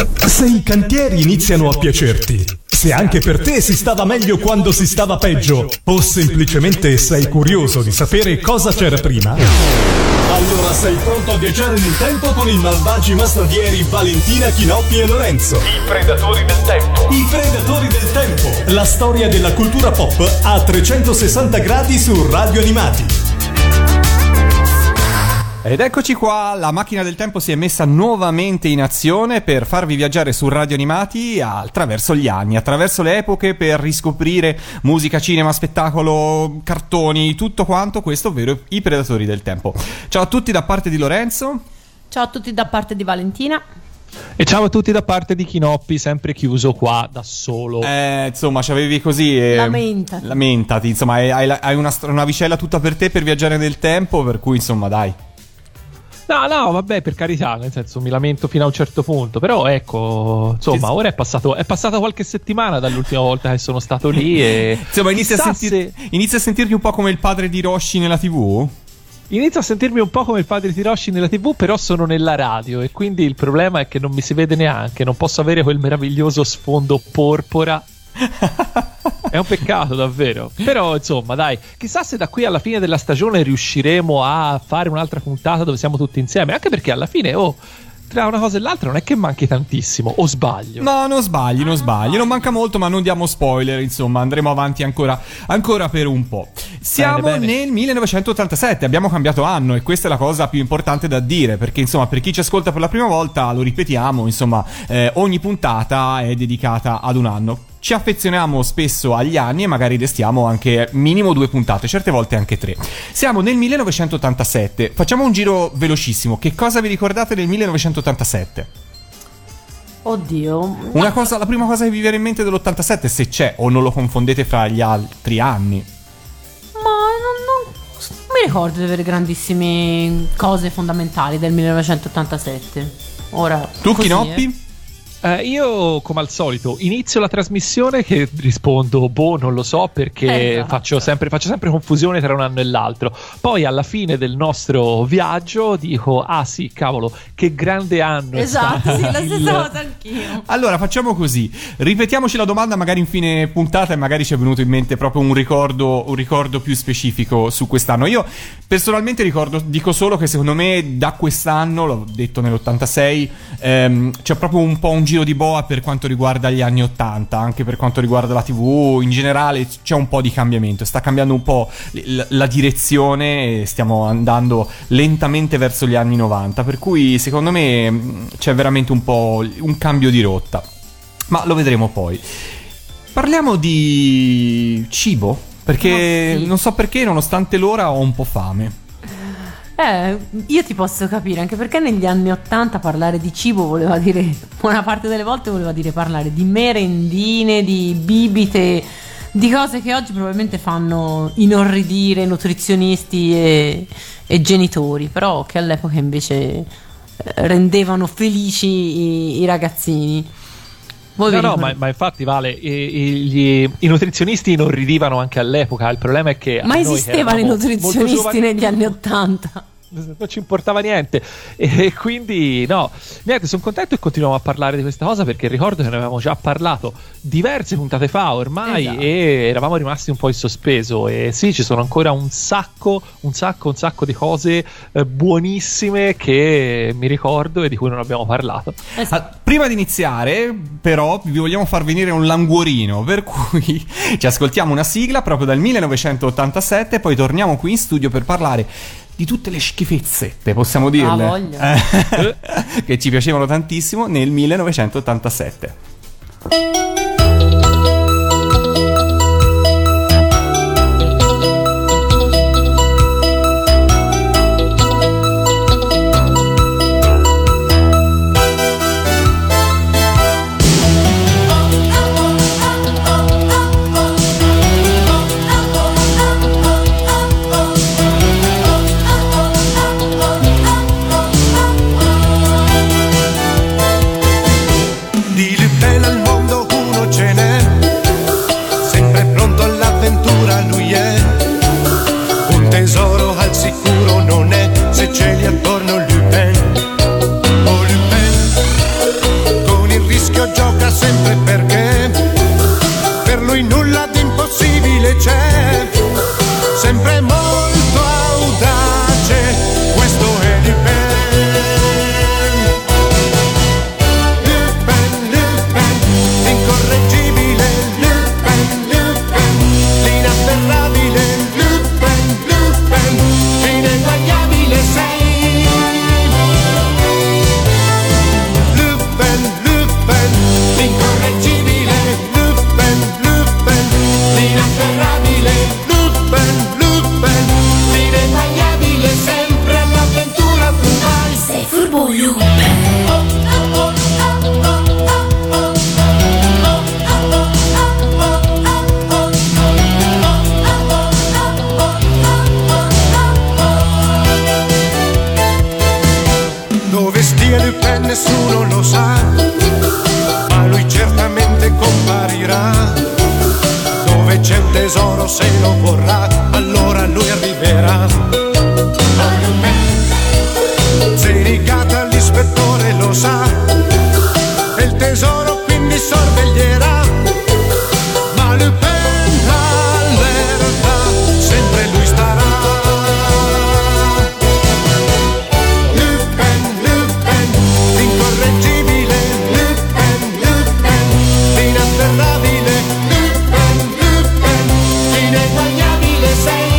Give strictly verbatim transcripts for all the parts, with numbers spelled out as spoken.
Se i cantieri iniziano a piacerti, se anche per te si stava meglio quando si stava peggio, o semplicemente sei curioso di sapere cosa c'era prima, allora sei pronto a viaggiare nel tempo con i malvagi mastradieri Valentina, Chinoppi e Lorenzo. I predatori del tempo. I predatori del tempo. La storia della cultura pop a trecentosessanta gradi su Radio Animati. Ed eccoci qua, la macchina del tempo si è messa nuovamente in azione per farvi viaggiare su Radio Animati attraverso gli anni, attraverso le epoche, per riscoprire musica, cinema, spettacolo, cartoni, tutto quanto questo, ovvero i predatori del tempo. Ciao a tutti da parte di Lorenzo. Ciao a tutti da parte di Valentina. E ciao a tutti da parte di Chinoppi, sempre chiuso qua da solo. Eh, insomma, c'avevi così. Eh, lamentati. Lamentati, insomma, hai, hai una, una vicella tutta per te per viaggiare nel tempo, per cui insomma, dai. No, no, vabbè, per carità, nel senso mi lamento fino a un certo punto, però ecco, insomma, ora è passato è passata qualche settimana dall'ultima volta che sono stato lì e insomma, inizia a, sentir, se... inizia a sentirti un po' come il padre di Hiroshi nella tivù? Inizio a sentirmi un po' come il padre di Hiroshi nella tivù, però sono nella radio e quindi il problema è che non mi si vede neanche, non posso avere quel meraviglioso sfondo porpora. È un peccato davvero. Però insomma dai, chissà se da qui alla fine della stagione riusciremo a fare un'altra puntata dove siamo tutti insieme, anche perché alla fine oh, tra una cosa e l'altra non è che manchi tantissimo, o sbaglio? No, non sbagli, non sbagli, non manca molto, ma non diamo spoiler, insomma, andremo avanti ancora, ancora per un po'. Siamo bene, bene. nel millenovecentottantasette, abbiamo cambiato anno e questa è la cosa più importante da dire, perché insomma, per chi ci ascolta per la prima volta, lo ripetiamo, insomma, eh, ogni puntata è dedicata ad un anno. Ci affezioniamo spesso agli anni e magari restiamo anche minimo due puntate, certe volte anche tre. Siamo nel millenovecentottantasette, facciamo un giro velocissimo. Che cosa vi ricordate del millenovecentottantasette? Oddio. Una cosa, la prima cosa che vi viene in mente dell'ottantasette, se c'è, o non lo confondete fra gli altri anni? Ma non, non mi ricordo di avere grandissime cose fondamentali del millenovecentottantasette. Ora, tu così, Chinoppi? Eh. Eh, io come al solito inizio la trasmissione che rispondo boh non lo so perché esatto. faccio, sempre, faccio sempre confusione tra un anno e l'altro, poi alla fine del nostro viaggio dico ah sì cavolo che grande anno esatto è sì la il... stessa cosa anch'io. Allora facciamo così, ripetiamoci la domanda magari in fine puntata e magari ci è venuto in mente proprio un ricordo, un ricordo più specifico su quest'anno. Io personalmente ricordo, dico solo che secondo me da quest'anno, l'ho detto nell'ottantasei, ehm, c'è proprio un po' un giro di boa per quanto riguarda gli anni ottanta, anche per quanto riguarda la tivù, in generale c'è un po' di cambiamento, sta cambiando un po' la, la direzione e stiamo andando lentamente verso gli anni novanta, per cui secondo me c'è veramente un po' un cambio di rotta, ma lo vedremo poi. Parliamo di cibo, perché oh, sì. non so perché nonostante l'ora ho un po' fame. Eh, io ti posso capire, anche perché negli anni ottanta parlare di cibo voleva dire, buona parte delle volte voleva dire parlare di merendine, di bibite, di cose che oggi probabilmente fanno inorridire nutrizionisti e, e genitori, però che all'epoca invece rendevano felici i, i ragazzini. Voi no, no, ma, ma infatti Vale, i, i, gli, i nutrizionisti inorridivano anche all'epoca, il problema è che ma esistevano i nutrizionisti negli anni ottanta? Non ci importava niente e quindi no, niente, sono contento e continuiamo a parlare di questa cosa perché ricordo che ne avevamo già parlato diverse puntate fa ormai esatto. e eravamo rimasti un po' in sospeso e sì, ci sono ancora un sacco un sacco un sacco di cose eh, buonissime che mi ricordo e di cui non abbiamo parlato. esatto. Prima di iniziare però vi vogliamo far venire un languorino, per cui ci ascoltiamo una sigla proprio dal millenovecentottantasette e poi torniamo qui in studio per parlare di tutte le schifezzette, possiamo dirle, ah, voglia. che ci piacevano tantissimo nel millenovecentottantasette. Dile bene al mondo, uno sempre perché per lui nulla di impossibile c'è, sempre molto audace, questo è Lupin. Lupin, Lupin, l'incorreggibile Lupin, Lupin, l'inafferrabile Lupin, Lupin, l'ineguagliabile sei. Lupin, Lupin, l'incorreggibile Lupin, Lupin, l'inafferrabile Lupin, Lupin, l'ineguagliabile, sempre all'avventura tu vai. Sei furbo Lupin. Dove stia Lupin nessuno lo sa, ma lui certamente comparirà. Dove c'è un tesoro se lo vorrà, allora lui arriverà. Oh Lupin, Zenigata l'ispettore lo sa, e il tesoro quindi sorveglierà. Ma Lupin allerta, sempre lui starà. Lupin, Lupin, l'incorreggibile Lupin, Lupin, l'inafferrabile Lupin, Lupin, l'ineguagliabile sei.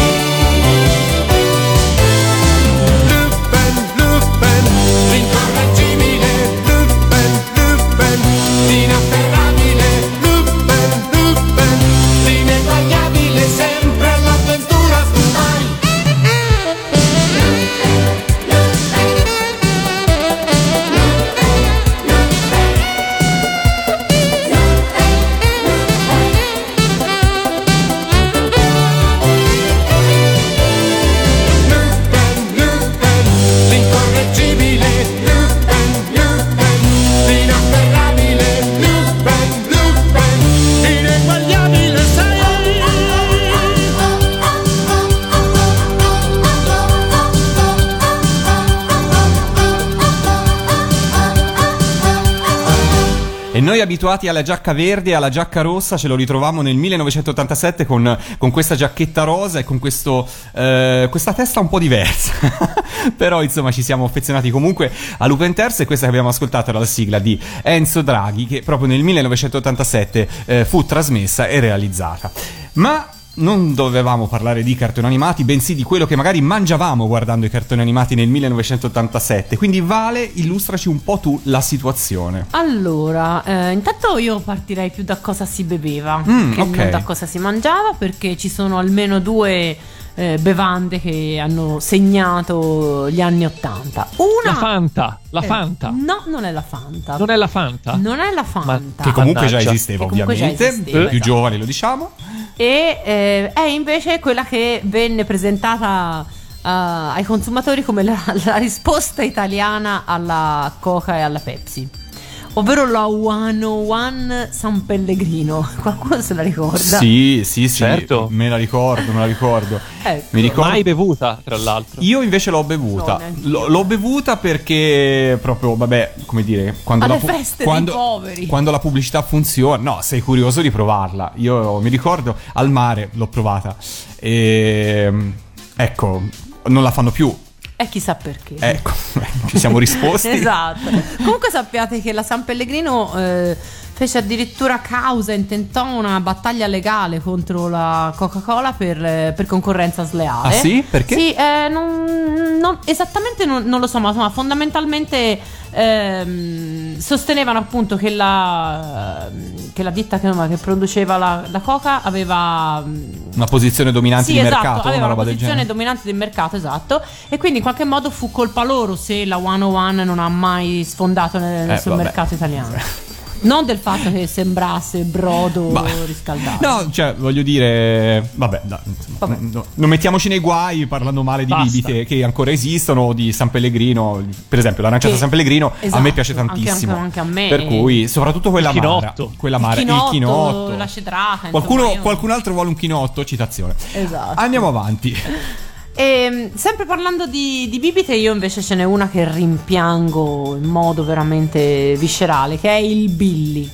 Lupin, Lupin, l'incorreggibile Lupin, Lupin, l'inafferrabile Lupin, Lupin, l'ineguagliabile, sempre all'avventura tu vai. Lupin, Lupin, l'incorreggibile Lupin, Lupin, l'inafferrabile Lupin, Lupin, l'ineguagliabile sei. E noi abituati alla giacca verde e alla giacca rossa ce lo ritrovammo nel millenovecentottantasette con, con questa giacchetta rosa e con questo, eh, questa testa un po' diversa. Però insomma ci siamo affezionati comunque a Lupin Terzo, e questa che abbiamo ascoltato era la sigla di Enzo Draghi, che proprio nel millenovecentottantasette eh, fu trasmessa e realizzata. Ma non dovevamo parlare di cartoni animati, bensì di quello che magari mangiavamo guardando i cartoni animati nel millenovecentottantasette. Quindi Vale, illustraci un po' tu la situazione. Allora, eh, intanto io partirei più da cosa si beveva Mm, che ok. non da cosa si mangiava, perché ci sono almeno due eh, bevande che hanno segnato gli anni Ottanta. Una La Fanta, la eh, Fanta. No, non è la Fanta. Non è la Fanta? Non è la Fanta. Che comunque già Mannaggia. esisteva, Che comunque già ovviamente. esisteva, Più esatto. giovani lo diciamo. E eh, è invece quella che venne presentata uh, ai consumatori come la, la risposta italiana alla Coca e alla Pepsi, ovvero la centouno San Pellegrino. Qualcuno se la ricorda? Sì, sì, sì. Certo. Me la ricordo, me la ricordo. Ecco. Mi ricordo. Mai bevuta, tra l'altro. Io invece l'ho bevuta. No, neanch'io. L- l'ho bevuta perché proprio, vabbè, come dire, quando Alle la pu- feste dei quando, poveri. quando la pubblicità funziona, no, sei curioso di provarla. Io mi ricordo al mare l'ho provata. E ecco, non la fanno più. E chissà perché. Ecco, ci siamo risposti. Esatto. Comunque sappiate che la San Pellegrino eh, fece addirittura causa, intentò una battaglia legale contro la Coca-Cola per, eh, per concorrenza sleale. Ah sì? Perché? Sì, eh, non, non- esattamente non, non lo so, ma insomma, fondamentalmente ehm, sostenevano appunto che la, che la ditta che, che produceva la, la Coca aveva Una posizione dominante sì, di esatto, mercato, aveva una una roba del posizione genere. dominante del mercato, esatto, e quindi in qualche modo fu colpa loro se la centouno non ha mai sfondato nel, Eh, sul vabbè. mercato italiano. Non del fatto che sembrasse brodo Ma- riscaldato. No, cioè, voglio dire, vabbè, no, insomma, Vabbè. no, non mettiamoci nei guai parlando male di Basta. bibite che ancora esistono, di San Pellegrino, per esempio l'aranciata Che- San Pellegrino a esatto, me piace anche- tantissimo. anche- anche a me. Per cui, soprattutto quella Il amara, chinotto. quella Il amara, chinotto, il chinotto. la cedrata, Qualcuno, insomma, io- qualcun altro vuole un chinotto, citazione. Esatto. Andiamo avanti. E sempre parlando di, di bibite, io invece ce n'è una che rimpiango in modo veramente viscerale, che è il Billy.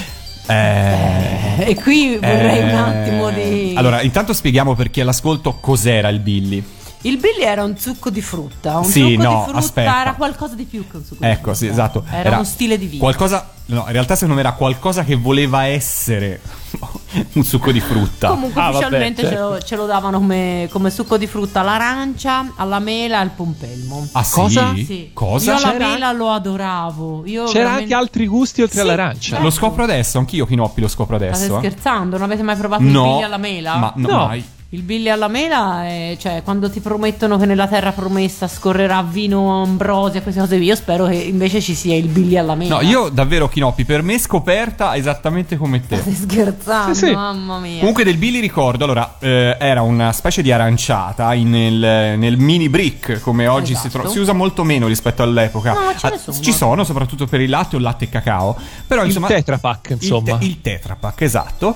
Eh, e qui vorrei eh, un attimo di... Allora, intanto spieghiamo per chi è all'ascolto cos'era il Billy. Il Billy era un succo di frutta. Un Sì, succo no, di frutta aspetta. era qualcosa di più che un succo Ecco, di frutta. sì, esatto. Era, Era uno stile di vita. Qualcosa, no, in realtà secondo me era qualcosa che voleva essere un succo di frutta. Comunque Ah, vabbè, ufficialmente certo. ce, lo, ce lo davano come, come succo di frutta all'arancia, alla mela e al pompelmo. Ah, sì? Cosa? Sì. Cosa? Io alla C'era- mela lo adoravo. Io C'era veramente- anche altri gusti oltre Sì. all'arancia. Ecco. Lo scopro adesso, anch'io Kinoppi lo scopro State adesso. eh. scherzando? Non avete mai provato il No, Billy alla mela? ma no, No. mai. Il Billy alla mela è, cioè, quando ti promettono che nella terra promessa scorrerà vino, ambrosia, queste cose qui. Io spero che invece ci sia il Billy alla mela. No, io davvero Kinoppi, per me scoperta esattamente come te. Stai scherzando? Sì, sì. Mamma mia. Comunque del Billy ricordo, allora, eh, era una specie di aranciata in- nel, nel mini brick, come oggi si, Esatto. tro- si usa molto meno rispetto all'epoca. No, ce ne Ah, sono. Ci sono, soprattutto per il latte o il latte e cacao. Però Il insomma... Tetra Pak, insomma. Il, te- il Tetra Pak, esatto.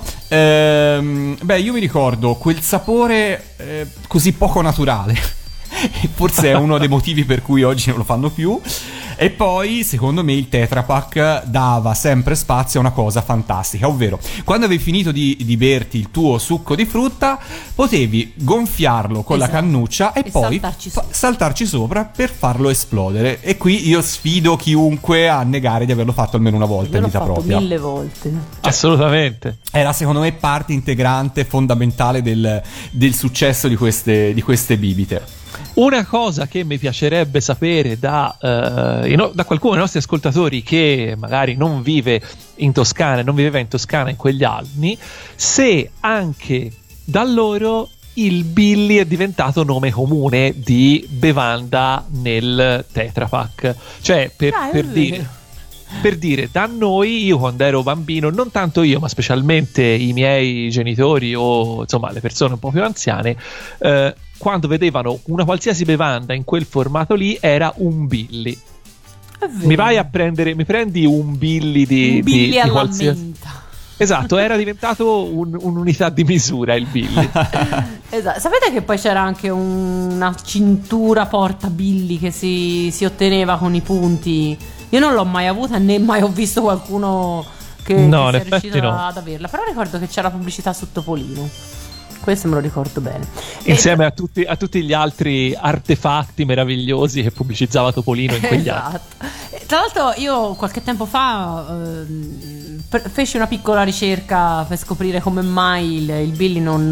Ehm, beh, io mi ricordo quel sapore eh, così poco naturale. E forse è uno dei motivi per cui oggi non lo fanno più. E poi, secondo me, il Tetra Pak dava sempre spazio a una cosa fantastica, ovvero quando avevi finito di, di berti il tuo succo di frutta, potevi gonfiarlo con Esatto. la cannuccia e, E poi saltarci fa- sopra. saltarci sopra per farlo esplodere. E qui io sfido chiunque a negare di averlo fatto almeno una volta Io in l'ho vita fatto propria. mille volte. Assolutamente. Era secondo me parte integrante, fondamentale del, del successo di queste, di queste bibite. Una cosa che mi piacerebbe sapere da, eh, i no- da qualcuno dei nostri ascoltatori che magari non vive in Toscana, non viveva in Toscana in quegli anni, se anche da loro il Billy è diventato nome comune di bevanda nel Tetra Pak. Cioè, per, Ah, è per vero. dire... Per dire, da noi, io quando ero bambino, non tanto io, ma specialmente i miei genitori o insomma le persone un po' più anziane, eh, quando vedevano una qualsiasi bevanda in quel formato lì era un Billy. È vero. Mi vai a prendere, mi prendi un Billy di, un Billy di, di alla qualsiasi. menta. Esatto, era diventato un- un'unità di misura il Billy. Esatto. Sapete che poi c'era anche una cintura porta Billy che si, si otteneva con i punti? Io non l'ho mai avuta né mai ho visto qualcuno che, No, che in sia effetti riuscito no. ad averla. Però ricordo che c'era pubblicità su Topolino. Questo me lo ricordo bene. E- Insieme a tutti, a tutti gli altri artefatti meravigliosi che pubblicizzava Topolino in quegli anni. Esatto. E tra l'altro io qualche tempo fa ehm, pre- feci una piccola ricerca per scoprire come mai il, il Billy non,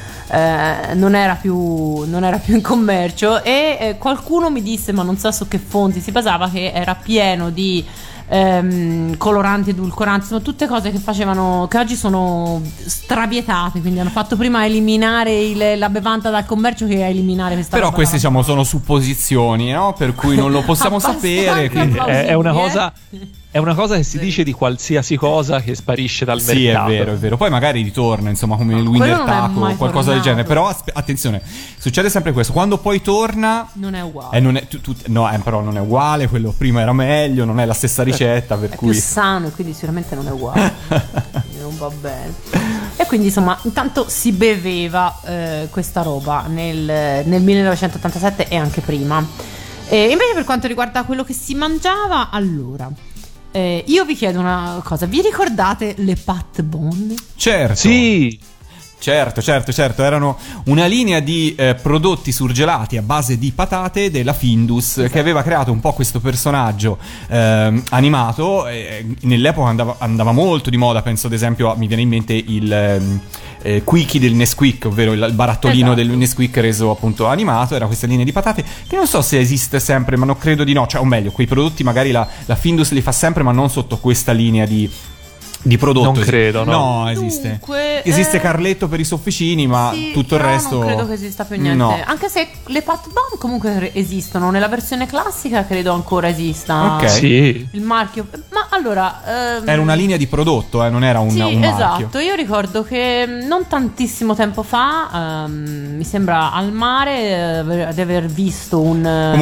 eh, non, era più, non era più in commercio e eh, qualcuno mi disse, ma non so su che fonti si basava, che era pieno di ehm, coloranti, edulcoranti, sono tutte cose che facevano, che oggi sono stravietate, quindi hanno fatto prima eliminare il- la bevanda dal commercio che a eliminare questa Però roba queste dalla- diciamo sono supposizioni, no? Per cui non lo possiamo Abbastanza sapere. Quindi... plausibile. È, è una eh? cosa, è una cosa che si dice di qualsiasi cosa che sparisce dal Sì, è mercato. vero, è vero. Poi magari ritorna, insomma, come il quello Winner non è Taco mai o qualcosa del tornato. genere. Però aspe- attenzione, succede sempre questo. Quando poi torna Non è uguale. eh, non è, tu- tu- no, eh, però non è uguale, quello prima era meglio, non è la stessa ricetta, per È cui più sano e quindi sicuramente non è uguale. Quindi non va bene. E quindi insomma intanto si beveva eh, questa roba nel, nel millenovecentottantasette e anche prima. E invece per quanto riguarda quello che si mangiava, allora eh, io vi chiedo una cosa, vi ricordate le pat bonne? certo. Sì, Certo, certo, certo, erano una linea di eh, prodotti surgelati a base di patate della Findus, che aveva creato un po' questo personaggio ehm, animato. E nell'epoca andava, andava molto di moda, penso ad esempio, a- mi viene in mente il ehm, eh, Quickie del Nesquik, ovvero il, il barattolino Esatto. del Nesquik reso appunto animato. Era questa linea di patate che non so se esiste sempre, ma non credo di no, cioè, o meglio, quei prodotti magari la, la Findus li fa sempre, ma non sotto questa linea di... di prodotto. Non credo, no. No, esiste. Dunque, esiste eh, Carletto per i sofficini, ma Sì, tutto il però resto non credo che esista più niente. No. Anche se le pat bomb comunque re- esistono. Nella versione classica credo ancora esista Ok. sì. il marchio. Ma allora ehm, Era una linea di prodotto, eh, non era un, sì, un marchio. esatto. Io ricordo che mh, non tantissimo tempo fa, ehm, mi sembra al mare, eh, aver- di aver visto un. eh, Comunque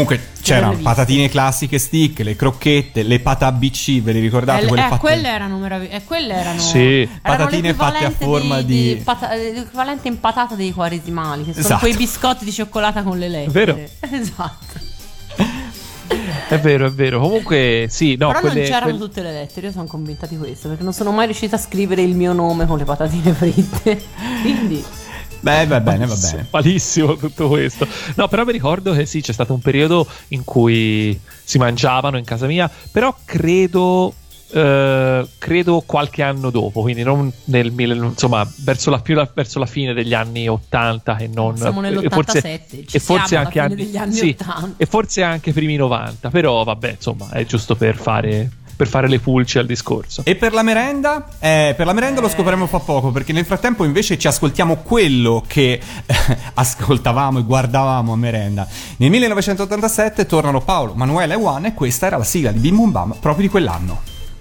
c'erano visto. patatine classiche stick, le crocchette, le pata B C, ve le ricordate? Eh, quelle eh, fatte... quelle erano meravigliose. Eh, quelle erano, Sì. erano Patatine fatte a l'equivalente forma dei- di- dei pata- l'equivalente in patata dei quaresimali, che sono Esatto. quei biscotti di cioccolata con le lettere. Vero? Esatto. È vero, è vero. Comunque, sì, no, Però quelle, non c'erano quelle- tutte le lettere, io sono convinta di questo, perché non sono mai riuscita a scrivere il mio nome con le patatine fritte. Quindi Beh, va bene, va bene. Malissimo tutto questo. No, però mi ricordo che sì, c'è stato un periodo in cui si mangiavano in casa mia, però credo eh, credo qualche anno dopo, quindi non nel mille, insomma, verso la, più la, verso la fine degli anni ottanta e non siamo e nell'ottantasette, forse, ci e forse siamo alla anche fine anni, degli anni sì, ottanta. e forse anche primi novanta, però vabbè, insomma, è giusto per fare per fare le pulci al discorso. E per la merenda? Eh, per la merenda lo scopriremo fra poco, perché nel frattempo invece ci ascoltiamo quello che eh, ascoltavamo e guardavamo a merenda. Nel millenovecentottantasette tornano Paolo, Manuela e Juan, e questa era la sigla di Bim Bum Bam proprio di quell'anno.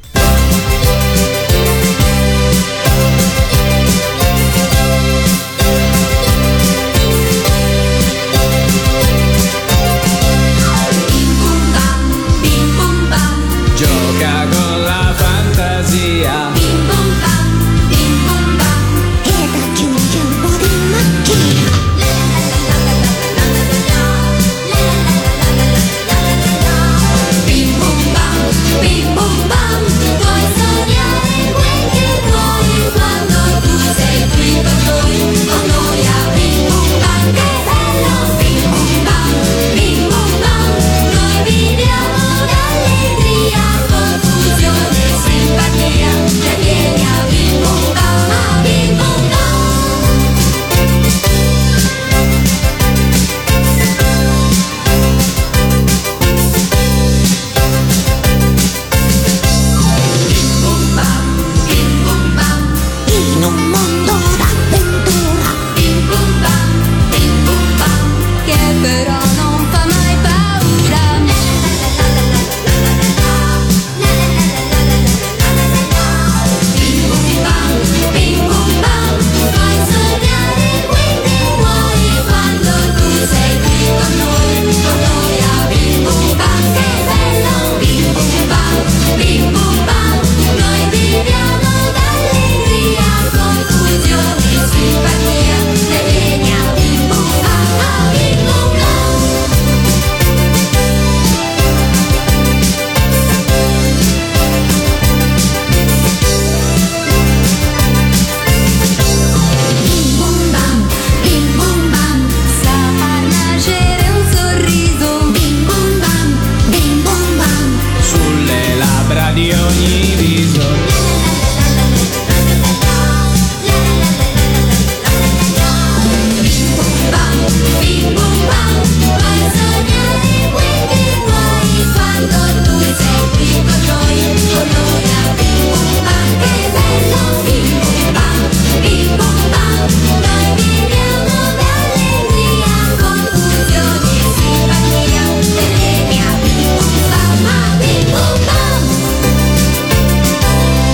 Gioca con la fantasia. Bim bum bam, bim bum bam. E da aggiunge un po' di magia. Bim bum bam, bim bum bam. Puoi sognare quel che vuoi quando tu sei qui con noi, con noi a bim bum bam. Che bello, bim bum bam, bim bum bam. Noi viviamo d'allegria, confusione, simpatia. E vieni a bim bum bam, a bim bum bam. Bim bum bam, bim bum bam. In un mondo d'avventura. Bim bum bam, bim bum bam. Che però non fa mai paura. Bim bum bam, bim bum bam. Puoi sognare quel che vuoi quando tu sei qui con noi, con noi a bim bum bam. Che bello, bim bum bam, bim bum bam. Noi viviamo d'allegria, confusione, simpatia. E vieni a bim bum bam, a bim bum bam. Bim bum bam, bim bum bam. Sa far nascere un sorriso. Bim bum bam, bim bum bam. Sulle labbra di ogni viso. Bim bum bam, bim bum bam. Puoi sognare quel che vuoi quando tu sei qui con noi, con noi a bim bum bam. Che bello, bim bum bam, bim bum bam. Noi viviamo d'allegria, confusione e simpatia. E vieni a bim bum bam, a bim bum bam.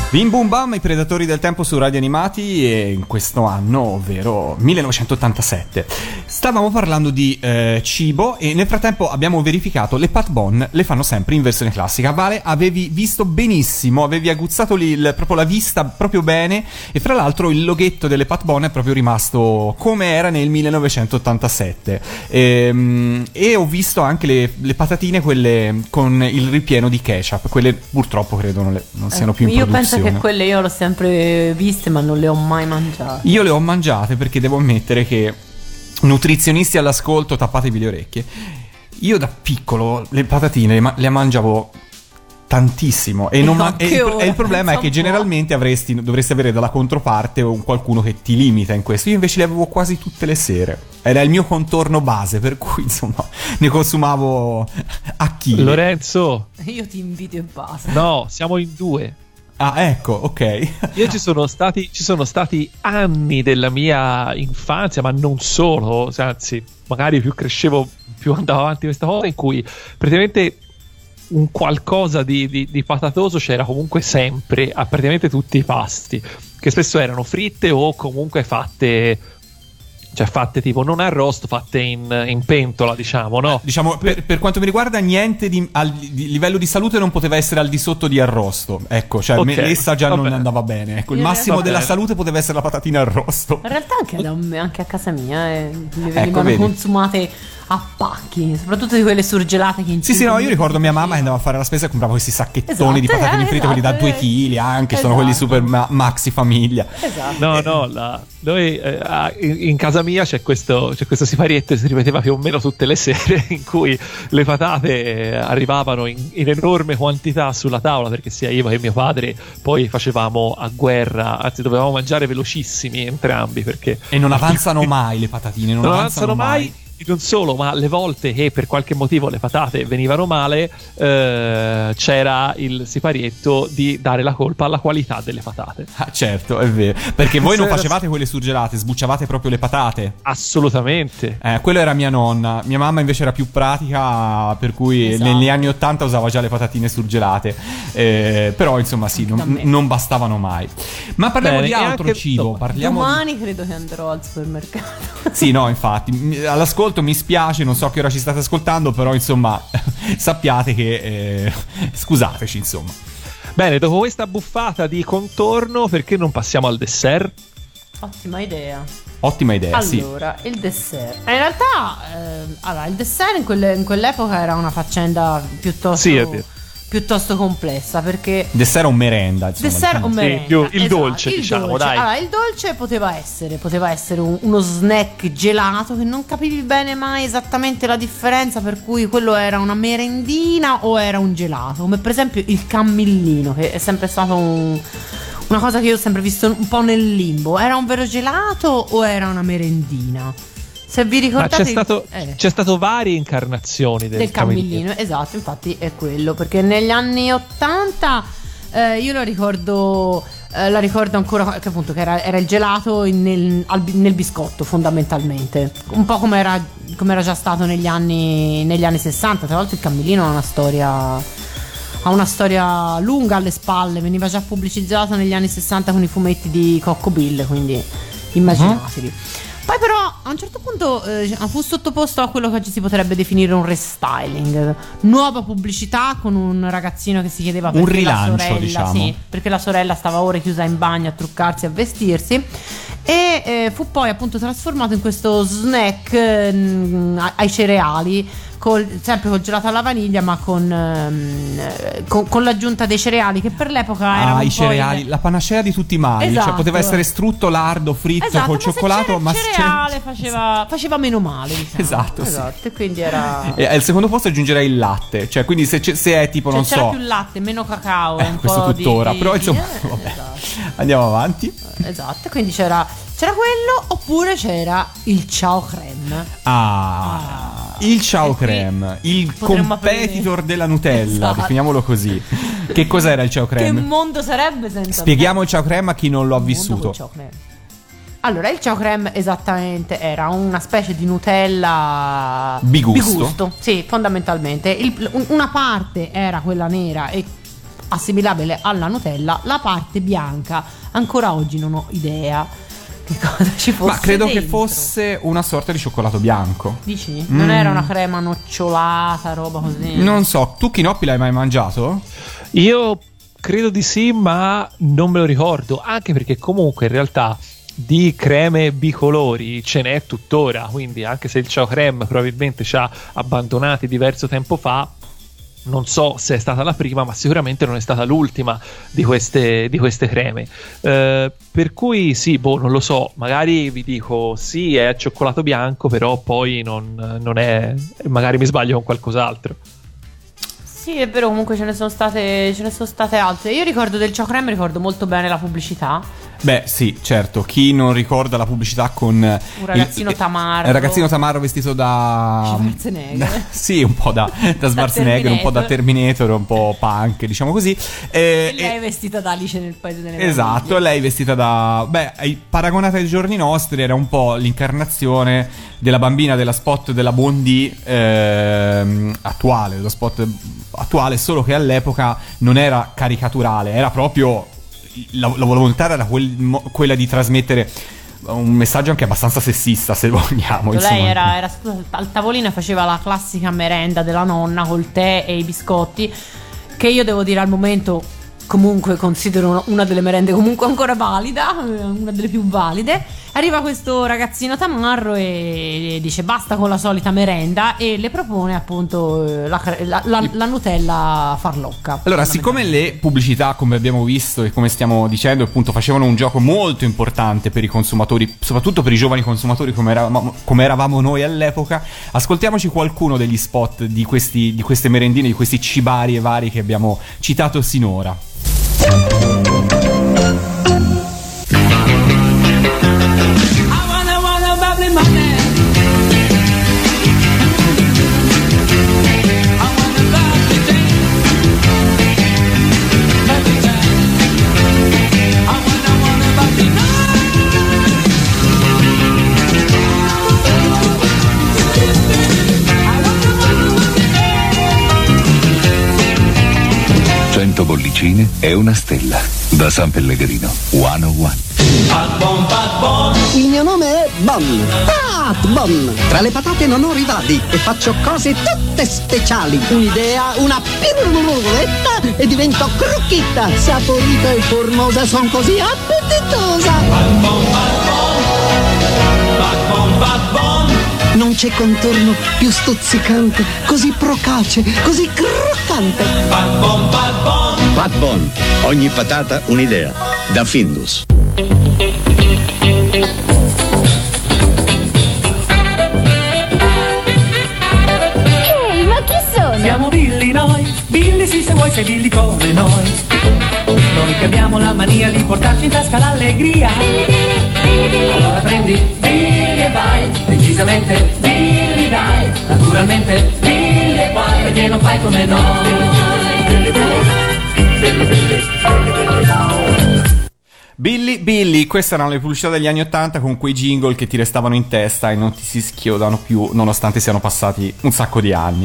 Bim Bum Bam, i Predatori del Tempo su Radio Animati, e in questo anno, ovvero millenovecentottantasette. Stavamo parlando di eh, cibo e nel frattempo abbiamo verificato le Pat Bon le fanno sempre in versione classica. Vale, avevi visto benissimo, avevi aguzzato lì il, proprio la vista proprio bene, e fra l'altro il loghetto delle Pat Bon è proprio rimasto come era nel millenovecentottantasette. E, e ho visto anche le, le patatine, quelle con il ripieno di ketchup, quelle purtroppo credo non, le, non siano più in Io produzione. penso che quelle io le ho sempre viste, ma non le ho mai mangiate. Io le ho mangiate perché devo ammettere che, nutrizionisti all'ascolto, tappatevi le orecchie, io da piccolo le patatine le, ma- le mangiavo tantissimo e, non No, ma- e, che il, ora, e il problema è pensa che un po'. generalmente avresti, dovresti avere dalla controparte un qualcuno che ti limita in questo. Io invece le avevo quasi tutte le sere, era il mio contorno base, per cui insomma ne consumavo a chili. Lorenzo, Io ti invidio e basta. no, siamo in due. Ah, ecco, ok. Io ci sono stati, ci sono stati anni della mia infanzia, ma non solo, anzi, magari più crescevo, più andavo avanti questa cosa, in cui praticamente un qualcosa di, di, di patatoso c'era comunque sempre a praticamente tutti i pasti, che spesso erano fritte o comunque fatte, cioè fatte tipo non arrosto, fatte in, in pentola, diciamo, no? Diciamo, per, per quanto mi riguarda, niente di, al, di livello di salute non poteva essere al di sotto di arrosto. Ecco, cioè Ok, me- essa già va non bene. andava bene. Ecco, il Va massimo della bene. salute poteva essere la patatina arrosto. In realtà anche, da me- anche a casa mia eh, le Ecco, venivano vedi. consumate a pacchi, soprattutto di quelle surgelate che in Sì, sì, no, io ricordo mia mamma che andava a fare la spesa e comprava questi sacchettoni Esatto, di patatine eh, fritte, quelli da esatto, due eh. chili anche, sono Esatto. quelli super ma- maxi famiglia. Esatto. No, no, la- noi eh, ah, in, in casa mia c'è questo, c'è questo siparietto che si ripeteva più o meno tutte le sere, in cui le patate eh, arrivavano in, in enorme quantità sulla tavola, perché sia io che mio padre poi facevamo a guerra, anzi dovevamo mangiare velocissimi entrambi, perché E non avanzano mai le patatine, non, non avanzano, avanzano mai. Non solo, ma le volte che per qualche motivo le patate venivano male, eh, c'era il siparietto di dare la colpa alla qualità delle patate. Ah, certo, è vero. Perché voi non Era- facevate quelle surgelate, sbucciavate proprio le patate. Assolutamente. Eh, quello era mia nonna. Mia mamma invece era più pratica, per cui Esatto. negli anni ottanta usava già le patatine surgelate. Eh, però insomma sì, Anche da non, me. non bastavano mai. Ma parliamo Bene, di e altro anche- cibo. insomma, Parliamo di... Domani credo che andrò al supermercato. Sì, no, infatti. Mi- All'ascolto mi spiace, non so che ora ci state ascoltando, però insomma sappiate che... eh, scusateci, insomma. Bene, dopo questa buffata di contorno, perché non passiamo al dessert? Ottima idea. Ottima idea, sì. Allora, il dessert. In realtà, ehm, allora, il dessert in, quelle- in quell'epoca era una faccenda piuttosto, Sì, è vero. piuttosto complessa, perché Dessert o merenda, insomma. dessert o diciamo. merenda, più il esatto, dolce, il diciamo, dolce. dai. Allora, il dolce poteva essere, poteva essere un- uno snack gelato che non capivi bene mai esattamente la differenza, per cui quello era una merendina o era un gelato, come per esempio il cammillino, che è sempre stato un- una cosa che io ho sempre visto un po' nel limbo. Era un vero gelato o era una merendina? Se vi Ma ricordate c'è il- stato, eh. c'è stato varie incarnazioni del, del cammillino, esatto, infatti è quello, perché negli anni ottanta eh, io lo ricordo, eh, la ricordo ancora che appunto che era, era il gelato in- nel, al bi- nel biscotto fondamentalmente, un po' come era, come era già stato negli anni, negli anni sessanta. Tra l'altro il cammillino ha una storia ha una storia lunga alle spalle, veniva già pubblicizzato negli anni sessanta con i fumetti di Cocco Bill, quindi immaginateli. Poi però a un certo punto eh, fu sottoposto a quello che oggi si potrebbe definire un restyling, nuova pubblicità con un ragazzino che si chiedeva Un perché la rilancio, sorella, diciamo. sì, perché la sorella stava ore chiusa in bagno a truccarsi, a vestirsi, e eh, fu poi appunto trasformato in questo snack eh, ai- ai cereali, col, sempre col gelato alla vaniglia, ma con, ehm, eh, con, con l'aggiunta dei cereali, che per l'epoca erano Ah, un i po' cereali, il- la panacea di tutti i mali. Esatto. Cioè, poteva essere strutto, lardo, fritto, Esatto, col ma se cioccolato, c'era il ma se cereale faceva, faceva meno male, diciamo. Esatto, sì. esatto, e quindi era E al secondo posto aggiungerei il latte. Cioè, quindi se, c'è- se è tipo, cioè, non c'era so. più latte, meno cacao, Eh, un questo po' di- tuttora. di- Però di- insomma, eh, vabbè. esatto. Andiamo avanti. Esatto, quindi c'era, c'era quello, oppure c'era il ciao creme. Ah, il ciao e qui creme, il potremmo competitor aprire- della Nutella, Esatto. definiamolo così. Che cos'era il ciao Che creme? mondo sarebbe senza Spieghiamo il ciao creme a chi non lo ha il mondo vissuto. col ciao creme. Allora, il ciao creme esattamente era una specie di Nutella Bigusto. sì, fondamentalmente. Il- un- una parte era quella nera e assimilabile alla Nutella, la parte bianca. Ancora oggi non ho idea che cosa ci fosse. Ma credo dentro. che fosse una sorta di cioccolato bianco. Dici? Mm. Non era una crema nocciolata, roba così? Non so, tu Chinoppi l'hai mai mangiato? Io credo di sì, ma non me lo ricordo, anche perché comunque in realtà di creme bicolori ce n'è tuttora, quindi anche se il Ciao Creme probabilmente ci ha abbandonati diverso tempo fa, non so se è stata la prima, ma sicuramente non è stata l'ultima di queste, di queste creme. Eh, per cui sì, boh, non lo so. Magari vi dico sì, è cioccolato bianco, però poi non, non è. Magari mi sbaglio con qualcos'altro. Sì, è vero, comunque ce ne sono state, ce ne sono state altre. Io ricordo del Ciao Creme, ricordo molto bene la pubblicità. Beh, sì, certo. Chi non ricorda la pubblicità con Un ragazzino il, tamarro. Il ragazzino tamarro vestito da Schwarzenegger. Sì, un po' da, da Schwarzenegger, un po' da Terminator, un po' punk, diciamo così. E, e lei è vestita da Alice nel Paese delle Meraviglie. Esatto, lei vestita da... Beh, paragonata ai giorni nostri, era un po' l'incarnazione della bambina della spot della Bondi ehm, attuale, dello spot attuale, solo che all'epoca non era caricaturale, era proprio... La, la volontà era quel, quella di trasmettere un messaggio anche abbastanza sessista, se vogliamo. Lei insomma. era, era al tavolino e faceva la classica merenda della nonna col tè e i biscotti, che io devo dire al momento comunque considero una delle merende comunque ancora valida, una delle più valide. Arriva questo ragazzino tamarro e dice basta con la solita merenda e le propone appunto la, la, la, la Nutella farlocca. Allora, siccome le pubblicità, come abbiamo visto e come stiamo dicendo, appunto facevano un gioco molto importante per i consumatori, soprattutto per i giovani consumatori come eravamo, come eravamo noi all'epoca, ascoltiamoci qualcuno degli spot di, questi, di queste merendine, di questi cibari e vari che abbiamo citato sinora. cento bollicine e una stella. Da San Pellegrino, centouno. Il mio nome è Bon. Pat Bon. Tra le patate non ho rivali e faccio cose tutte speciali. Un'idea, una piruletta e divento crocchetta. Saporita e formosa, son così appetitosa. Pat Bon, Pat Bon. Pat Bon, Pat Bon. Non c'è contorno più stuzzicante, così procace, così croccante. Pat Bon, Pat Bon. Pat Bon. Ogni patata un'idea. Da Findus. Ehi, ma chi sono? Siamo Billy noi, Billy sì se vuoi sei Billy come noi. Noi che abbiamo la mania di portarci in tasca l'allegria. Allora prendi Billy e vai, decisamente Billy dai, naturalmente Billy e poi perché non fai come noi. Billy, Billy, Billy, Billy, Billy. Billy, Billy, queste erano le pubblicità degli anni ottanta con quei jingle che ti restavano in testa e non ti si schiodano più nonostante siano passati un sacco di anni.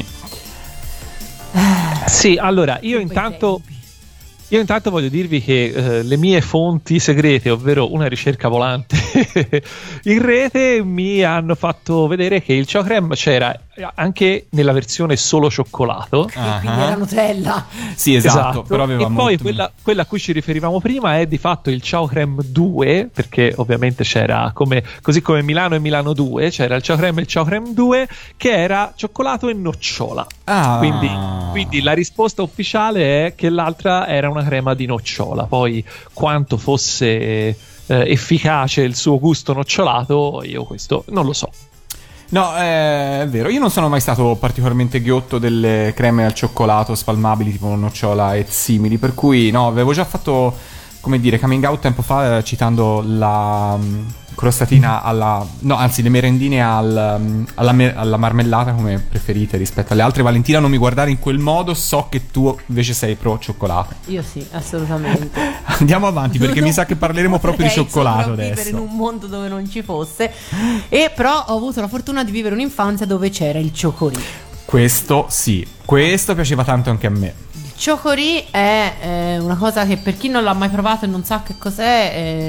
Sì, allora io intanto io intanto voglio dirvi che eh, le mie fonti segrete, ovvero una ricerca volante in rete, mi hanno fatto vedere che il Ciao Creme c'era anche nella versione solo cioccolato. Uh-huh. Quindi era Nutella. Sì, esatto, esatto. Però aveva e poi molto... quella, quella a cui ci riferivamo prima è di fatto il Ciao Creme due, perché ovviamente c'era come, così come Milano e Milano due, c'era il Ciao Creme e il Ciao Creme due che era cioccolato e nocciola. Ah. Quindi, quindi la risposta ufficiale è che l'altra era una crema di nocciola. Poi quanto fosse eh, efficace il suo gusto nocciolato, io questo non lo so. No, eh, è vero, io non sono mai stato particolarmente ghiotto delle creme al cioccolato spalmabili tipo nocciola e simili, per cui no, avevo già fatto, come dire, coming out tempo fa eh, citando la um, crostatina alla... no, anzi le merendine al, um, alla, me- alla marmellata come preferite rispetto alle altre. Valentina, non mi guardare in quel modo, so che tu invece sei pro cioccolato. Io sì, assolutamente. Andiamo avanti perché mi sa che parleremo proprio di cioccolato adesso. In un mondo dove non ci fosse. E però ho avuto la fortuna di vivere un'infanzia dove c'era il cioccolì. Questo sì, questo piaceva tanto anche a me. Il Cioccorì è eh, una cosa che per chi non l'ha mai provato e non sa che cos'è,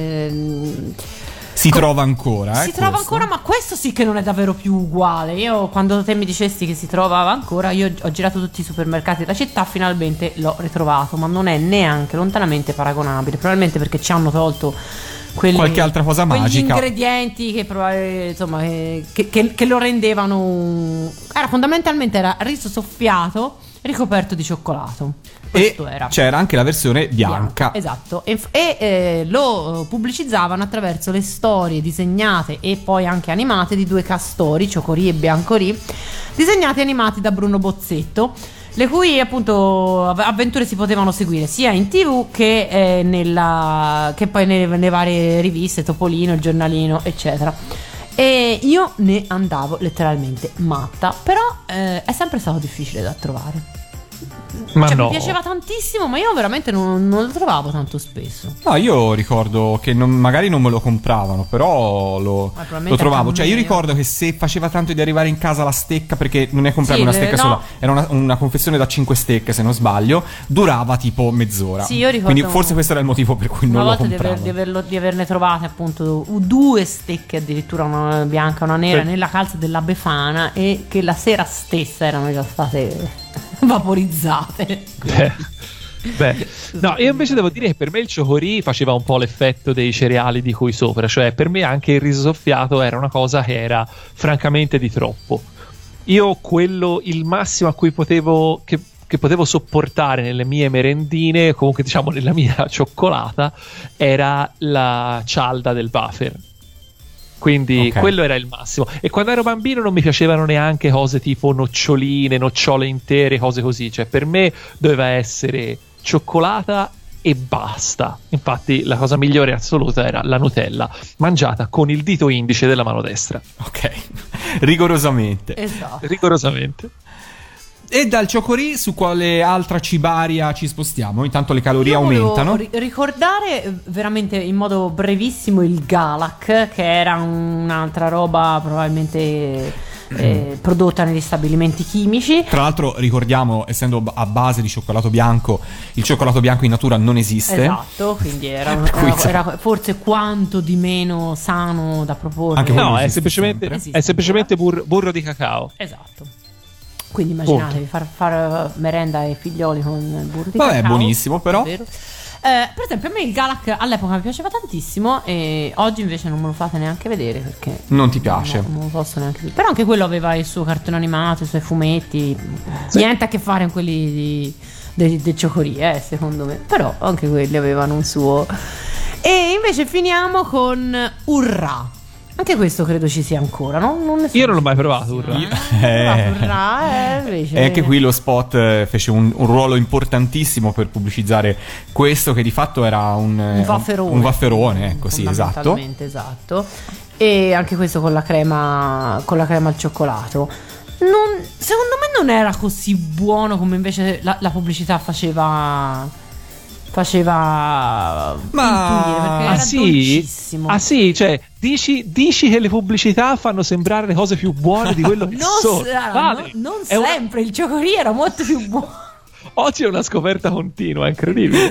eh, si co- trova ancora. Si eh, trova questo. ancora, ma questo sì che non è davvero più uguale. Io, quando te mi dicesti che si trovava ancora, io ho girato tutti i supermercati della città, finalmente l'ho ritrovato, ma non è neanche lontanamente paragonabile. Probabilmente perché ci hanno tolto quelli, qualche altra cosa quegli magica, ingredienti che, insomma, che, che, che lo rendevano un... era fondamentalmente era riso soffiato ricoperto di cioccolato. Questo e era. C'era anche la versione bianca, bianca esatto, e, e eh, lo pubblicizzavano attraverso le storie disegnate e poi anche animate di due castori, Cioccorì e Biancorì, disegnati e animati da Bruno Bozzetto, le cui appunto avventure si potevano seguire sia in tv che, eh, nella, che poi nelle, nelle varie riviste, Topolino, il giornalino, eccetera. E io ne andavo letteralmente matta, però eh, è sempre stato difficile da trovare. Ma cioè, no. mi piaceva tantissimo, ma io veramente non, non lo trovavo tanto spesso. No, io ricordo che non, magari non me lo compravano, però lo, lo trovavo. Cioè, io ricordo che se faceva tanto di arrivare in casa la stecca, perché non è comprare sì, una stecca no. sola, era una, una confezione da cinque stecche, se non sbaglio, durava tipo mezz'ora. Sì, io ricordo. Quindi forse questo era il motivo per cui non lo compravo. Una compravo. volta di, aver, di, averlo, di averne trovate appunto due stecche, addirittura una bianca e una nera, sì, nella calza della Befana, e che la sera stessa erano già state vaporizzate. Beh, beh. No, io invece devo dire che per me il Cioccorì faceva un po' l'effetto dei cereali di cui sopra, cioè per me anche il riso soffiato era una cosa che era francamente di troppo. Io quello, il massimo a cui potevo che, che potevo sopportare nelle mie merendine, comunque diciamo nella mia cioccolata, era la cialda del wafer. Quindi okay, quello era il massimo. E quando ero bambino non mi piacevano neanche cose tipo noccioline, nocciole intere, cose così. Cioè per me doveva essere cioccolata e basta. Infatti la cosa migliore assoluta era la Nutella mangiata con il dito indice della mano destra. Ok, rigorosamente. Esatto. Rigorosamente. E dal Cioccorì su quale altra cibaria ci spostiamo? Intanto le calorie Io aumentano. Ri- ricordare veramente in modo brevissimo il Galak, che era un'altra roba probabilmente eh, prodotta negli stabilimenti chimici. Tra l'altro ricordiamo, essendo a base di cioccolato bianco, il cioccolato bianco in natura non esiste. Esatto, quindi era, un, era, era forse quanto di meno sano da proporre. Anche no, è semplicemente, è semplicemente burro, burro di cacao. Esatto. Quindi immaginatevi far, far merenda ai figlioli con il burro di Vabbè, cacao. È buonissimo però. Eh, per esempio a me il Galak all'epoca mi piaceva tantissimo, e oggi invece non me lo fate neanche vedere perché non ti piace. No, non lo posso neanche vedere. Però anche quello aveva il suo cartone animato, i suoi fumetti, sì, niente a che fare con quelli di, del de Cioccorì, eh, secondo me. Però anche quelli avevano un suo. E invece finiamo con Urrà. Anche questo credo ci sia ancora, no? Non ne so. Io non l'ho mai provato, Urrà. Eh. Urrà, eh, invece. E anche qui lo spot fece un, un ruolo importantissimo per pubblicizzare questo, che di fatto era un, un vafferone. Un vafferone, ecco, sì, esatto. esatto. E anche questo con la crema, con la crema al cioccolato. Non, secondo me non era così buono come invece la, la pubblicità faceva. Faceva ma intuire, perché era ah, sì? dolcissimo. Ah sì, cioè dici, dici che le pubblicità fanno sembrare le cose più buone di quello che non sono. Sa, vale. no, non è sempre una... il Cioccorì era molto più buono. Oggi è una scoperta continua, incredibile.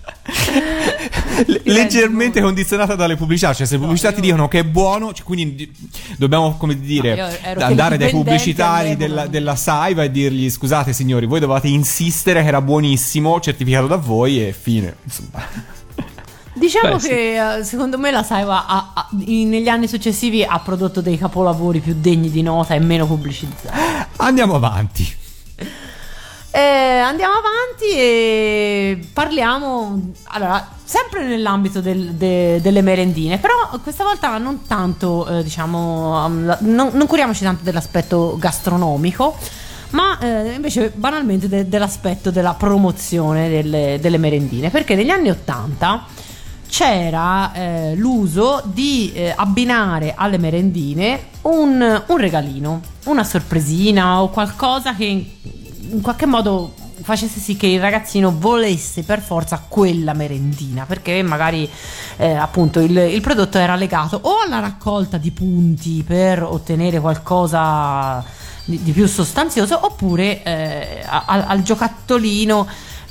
Leggermente condizionata dalle pubblicità, cioè se le pubblicità no, ti dicono che è buono, cioè, quindi dobbiamo, come dire, no, andare dai pubblicitari della, della Saiva e dirgli: scusate signori, voi dovevate insistere che era buonissimo, certificato da voi, e fine, insomma. Diciamo Beh, che sì, secondo me la Saiva ha, ha, in, negli anni successivi ha prodotto dei capolavori più degni di nota e meno pubblicizzati. Andiamo avanti. Eh, andiamo avanti e parliamo, allora, sempre nell'ambito del, de, delle merendine, però questa volta non tanto, eh, diciamo, um, non, non curiamoci tanto dell'aspetto gastronomico, ma eh, invece banalmente de, dell'aspetto della promozione delle, delle merendine, perché negli anni ottanta c'era eh, l'uso di eh, abbinare alle merendine un, un regalino, una sorpresina o qualcosa che in qualche modo facesse sì che il ragazzino volesse per forza quella merendina, perché magari eh, appunto il, il prodotto era legato o alla raccolta di punti per ottenere qualcosa di, di più sostanzioso, oppure eh, a, al giocattolino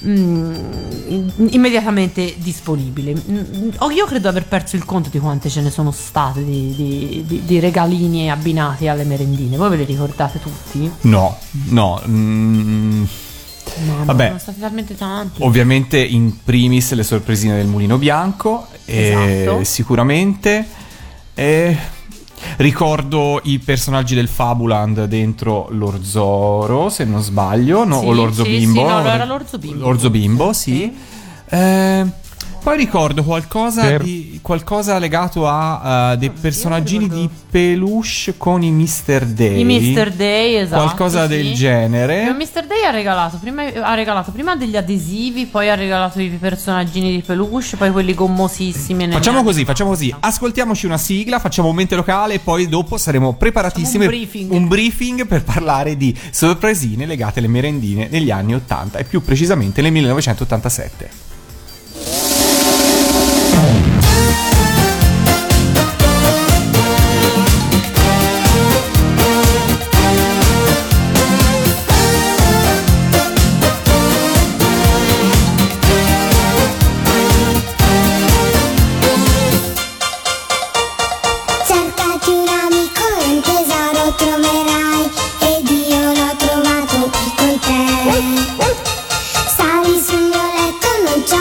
mm, immediatamente disponibile. Mm, oh, io credo di aver perso il conto di quante ce ne sono state di, di, di, di regalini abbinati alle merendine. Voi ve li ricordate tutti? No, no. Mm. Mamma, Vabbè, sono stati talmente tanti. ovviamente in primis le sorpresine del Mulino Bianco, Esatto. e sicuramente e ricordo i personaggi del Fabuland dentro l'Orzoro, se non sbaglio, no? Sì, o l'Orzo sì, Bimbo. sì, no, era l'Orzo Bimbo. L'Orzo Bimbo, sì. Eh, poi ricordo qualcosa Per- di qualcosa legato a uh, dei personaggini di peluche con i mister Day. I mister Day, esatto. Qualcosa sì. del genere. Il mister Day ha regalato prima, ha regalato prima degli adesivi, poi ha regalato i personaggini di peluche, poi quelli gommosissimi. negli Facciamo anni così, facciamo così. Ascoltiamoci una sigla, facciamo un mente locale e poi dopo saremo preparatissimi. Facciamo un briefing. un briefing per parlare di sorpresine legate alle merendine negli anni ottanta e più precisamente nel millenovecentottantasette. Cercati un amico e un tesoro troverai, ed io l'ho trovato qui con te. Sali sul mio letto, non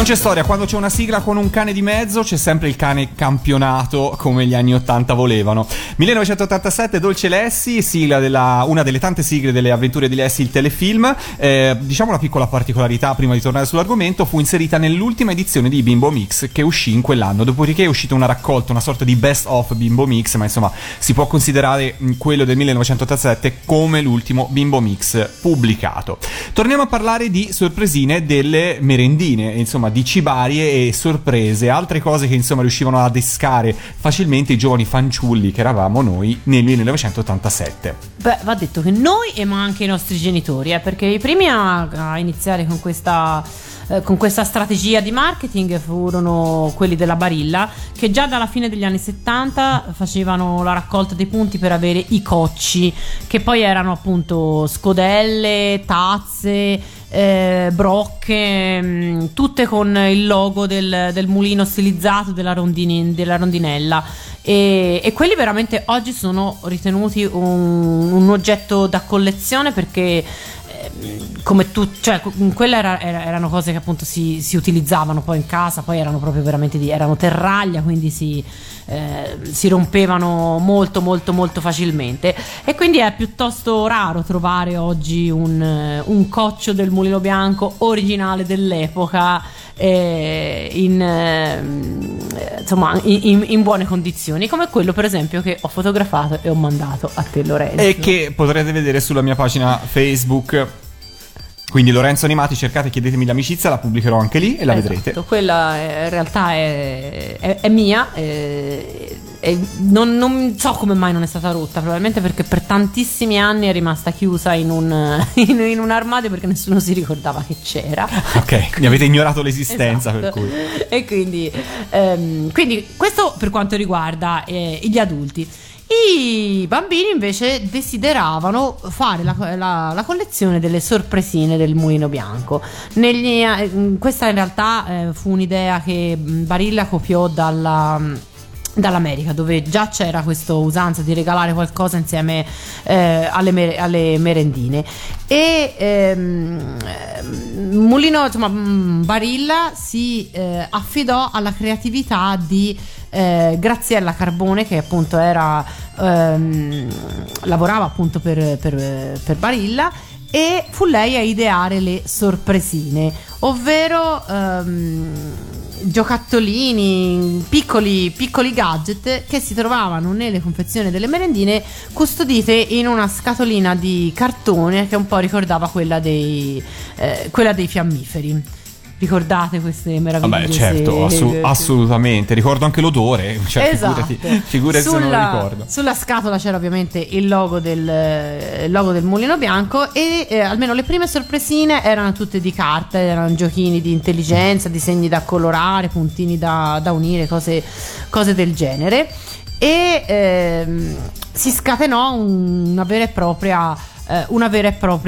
Non c'è storia, quando c'è una sigla con un cane di mezzo c'è sempre il cane campionato come gli anni ottanta volevano. millenovecentottantasette, Dolce Lessi, sigla della, una delle tante sigle delle avventure di Lessi, il telefilm. Eh, diciamo una piccola particolarità prima di tornare sull'argomento: fu inserita nell'ultima edizione di Bimbo Mix che uscì in quell'anno, dopodiché è uscita una raccolta, una sorta di best of Bimbo Mix, ma insomma si può considerare quello del millenovecentottantasette come l'ultimo Bimbo Mix pubblicato. Torniamo a parlare di sorpresine delle merendine, insomma di cibarie e sorprese, altre cose che insomma riuscivano a adescare facilmente i giovani fanciulli che eravamo noi nel millenovecentottantasette. Beh, va detto che noi e ma anche i nostri genitori, eh, perché i primi a, a iniziare con questa eh, con questa strategia di marketing furono quelli della Barilla, che già dalla fine degli anni settanta facevano la raccolta dei punti per avere i cocci, che poi erano appunto scodelle, tazze, eh, brocche, mh, tutte con il logo del, del mulino stilizzato della, rondini, della rondinella. E, e quelli veramente oggi sono ritenuti un, un oggetto da collezione, perché come tu, cioè quelle era, era, erano cose che appunto si, si utilizzavano poi in casa, poi erano proprio veramente di, erano terraglia, quindi si, eh, si rompevano molto molto molto facilmente, e quindi è piuttosto raro trovare oggi un, un coccio del Mulino Bianco originale dell'epoca eh, in, eh, insomma in, in buone condizioni, come quello per esempio che ho fotografato e ho mandato a te, Lorenzo, e che potrete vedere sulla mia pagina Facebook. Quindi Lorenzo Animati, cercate, chiedetemi l'amicizia, la pubblicherò anche lì e la esatto, vedrete. Quella è, in realtà è, è, è mia, è, è, non, non so come mai non è stata rotta, probabilmente perché per tantissimi anni è rimasta chiusa in un, in, in un armadio, perché nessuno si ricordava che c'era. Ok, ne avete ignorato l'esistenza, esatto. Per cui. E quindi, ehm, quindi questo per quanto riguarda eh, gli adulti. I bambini invece desideravano fare la, la, la collezione delle sorpresine del Mulino Bianco. Negli, eh, questa in realtà eh, fu un'idea che Barilla copiò dalla, dall'America, dove già c'era questa usanza di regalare qualcosa insieme eh, alle, mer- alle merendine. E ehm, Mulino, insomma, Barilla si eh, affidò alla creatività di Eh, Graziella Carbone, che appunto era ehm, lavorava appunto per, per, per Barilla, e fu lei a ideare le sorpresine, ovvero ehm, giocattolini, piccoli, piccoli gadget che si trovavano nelle confezioni delle merendine, custodite in una scatolina di cartone che un po' ricordava quella dei, eh, quella dei fiammiferi. Ricordate queste meravigliose? Vabbè, certo, assu- assolutamente. Ricordo anche l'odore, cioè, esatto. figurati, figurati se non lo ricordo. Sulla scatola c'era ovviamente il logo del, il logo del Mulino Bianco, e eh, almeno le prime sorpresine erano tutte di carta, erano giochini di intelligenza, disegni da colorare, puntini da, da unire, cose, cose del genere. E ehm, si scatenò una vera e propria una vera e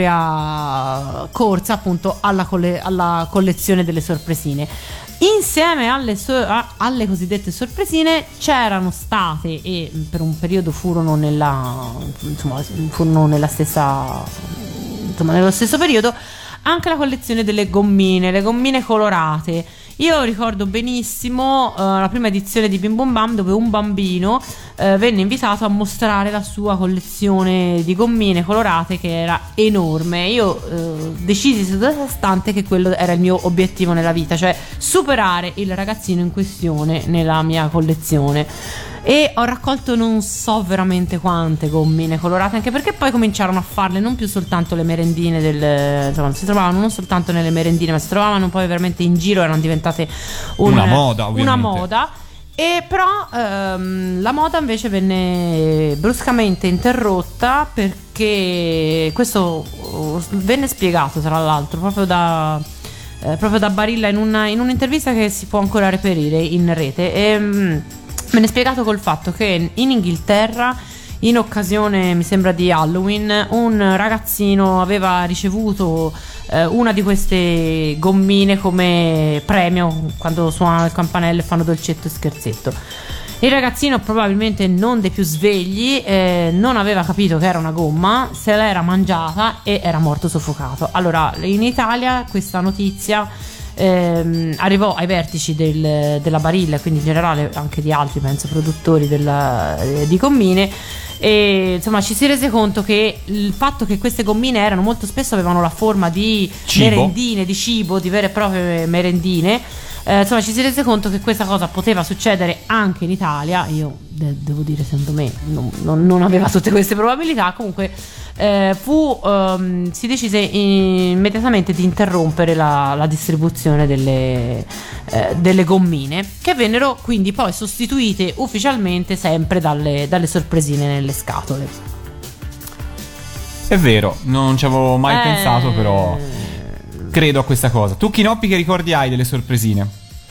propria corsa appunto alla, colle- alla collezione delle sorpresine. Insieme alle, so- a- alle cosiddette sorpresine c'erano state, e per un periodo furono nella insomma furono nella stessa insomma nello stesso periodo, anche la collezione delle gommine, le gommine colorate. Io ricordo benissimo uh, la prima edizione di Bim Bum Bam, dove un bambino uh, venne invitato a mostrare la sua collezione di gommine colorate, che era enorme. Io uh, decisi seduta stante che quello era il mio obiettivo nella vita, cioè superare il ragazzino in questione nella mia collezione. E ho raccolto non so veramente quante gommine colorate, anche perché poi cominciarono a farle non più soltanto le merendine del, insomma, si trovavano non soltanto nelle merendine, ma si trovavano poi veramente in giro, erano diventate un, una moda, ovviamente. Una moda. E però ehm, la moda invece venne bruscamente interrotta, perché questo venne spiegato tra l'altro proprio da eh, proprio da Barilla in, una, in un'intervista che si può ancora reperire in rete. E mh, venne spiegato col fatto che in Inghilterra, in occasione mi sembra di Halloween, un ragazzino aveva ricevuto eh, una di queste gommine come premio quando suonano il campanello e fanno dolcetto e scherzetto. Il ragazzino, probabilmente non dei più svegli, eh, non aveva capito che era una gomma, se l'era mangiata e era morto soffocato. Allora, in Italia questa notizia ehm, arrivò ai vertici del, della Barilla, quindi in generale anche di altri, penso, produttori della, eh, di gommine. E insomma ci si rese conto che il fatto che queste gommine erano molto spesso avevano la forma di Cibo. merendine, di cibo, di vere e proprie merendine. Eh, insomma ci si rese conto che questa cosa poteva succedere anche in Italia. Io de- devo dire, secondo me non, non, non aveva tutte queste probabilità. Comunque eh, fu ehm, si decise immediatamente di interrompere la, la distribuzione delle, eh, delle gommine, che vennero quindi poi sostituite ufficialmente sempre dalle, dalle sorpresine nelle scatole. È vero, non ci avevo mai Eh, pensato, però credo a questa cosa. Tu, Chinoppi, che ricordi hai delle sorpresine?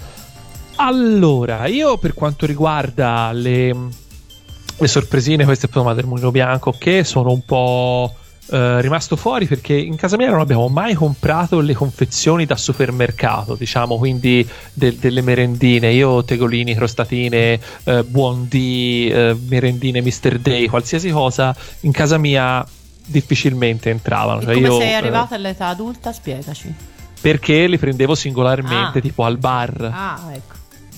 Allora, io per quanto riguarda le, le sorpresine, queste insomma del Mulino Bianco, che sono un po' eh, rimasto fuori, perché in casa mia non abbiamo mai comprato le confezioni da supermercato, diciamo, quindi de- delle merendine. Io tegolini, crostatine, eh, buondì, eh, merendine mister Day, qualsiasi cosa in casa mia difficilmente entravano. E Cioè come io, sei eh, arrivata all'età adulta? Spiegaci. perché li prendevo singolarmente, Ah. tipo al bar. Ah, ecco.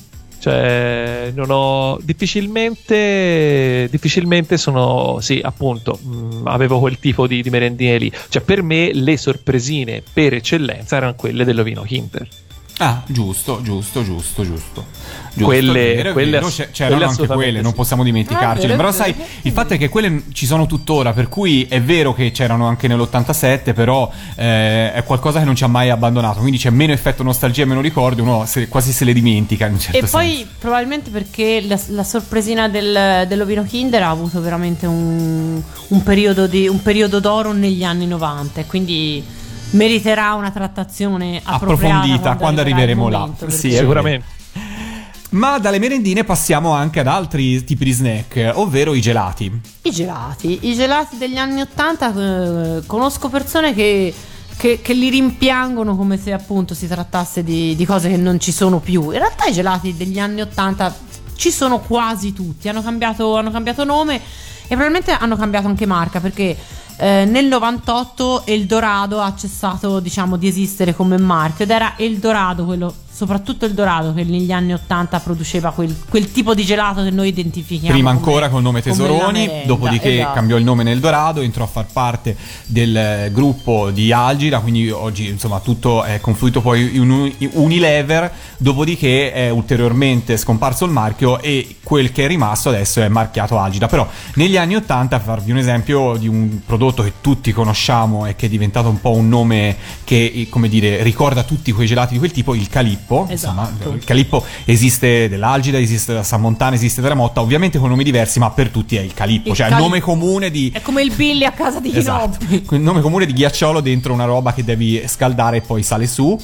Cioè, non ho difficilmente, difficilmente sono, sì, appunto, mh, avevo quel tipo di, di merendine lì. Cioè, per me le sorpresine per eccellenza erano quelle dell'Ovino Kinder. Ah, giusto, giusto, giusto, giusto. giusto Quelle- è vero, è quelle vero, ass- c'è- c'erano quelle anche assolutamente quelle, non sì. possiamo dimenticarcele. Ah, è vero, Però è sai, vero. il fatto è che quelle ci sono tuttora, per cui è vero che c'erano anche nell'ottantasette, però eh, è qualcosa che non ci ha mai abbandonato, quindi c'è meno effetto nostalgia e meno ricordi, uno se- quasi se le dimentica in un certo E senso. poi probabilmente perché la, la sorpresina del, dell'Ovino Kinder ha avuto veramente un, un periodo di, un periodo d'oro negli anni novanta, e quindi meriterà una trattazione appropriata approfondita quando arriverà il arriveremo là. momento, Sì, perché- è Sicuramente. Ma dalle merendine passiamo anche ad altri tipi di snack, ovvero i gelati. I gelati, i gelati degli anni ottanta, eh, conosco persone che, che, che li rimpiangono come se appunto si trattasse di, di cose che non ci sono più. In realtà i gelati degli anni ottanta ci sono quasi tutti, hanno cambiato, hanno cambiato nome e probabilmente hanno cambiato anche marca, perché eh, nel novantotto Eldorado ha cessato, diciamo, di esistere come marchio, ed era Eldorado quello, soprattutto Eldorado, che negli anni ottanta produceva quel, quel tipo di gelato che noi identifichiamo Prima come- ancora col nome come la Tesoroni, merenda, dopodiché esatto. cambiò il nome nel Dorado, entrò a far parte del eh, gruppo di Algira, quindi oggi insomma tutto è confluito poi in un- in Unilever, dopodiché è ulteriormente scomparso il marchio e quel che è rimasto adesso è marchiato Algira. Però negli anni ottanta, farvi un esempio di un prodotto che tutti conosciamo e che è diventato un po' un nome che, eh, come dire, ricorda tutti quei gelati di quel tipo, il Calippo. Insomma, Esatto. il Calippo esiste dell'Algida, esiste della San Montana, esiste della Motta, ovviamente con nomi diversi, ma per tutti è il Calippo, Il cioè Calippo. il nome comune di È come il Billy a casa di esatto, Ginobili. il nome comune di ghiacciolo dentro una roba che devi scaldare e poi sale su.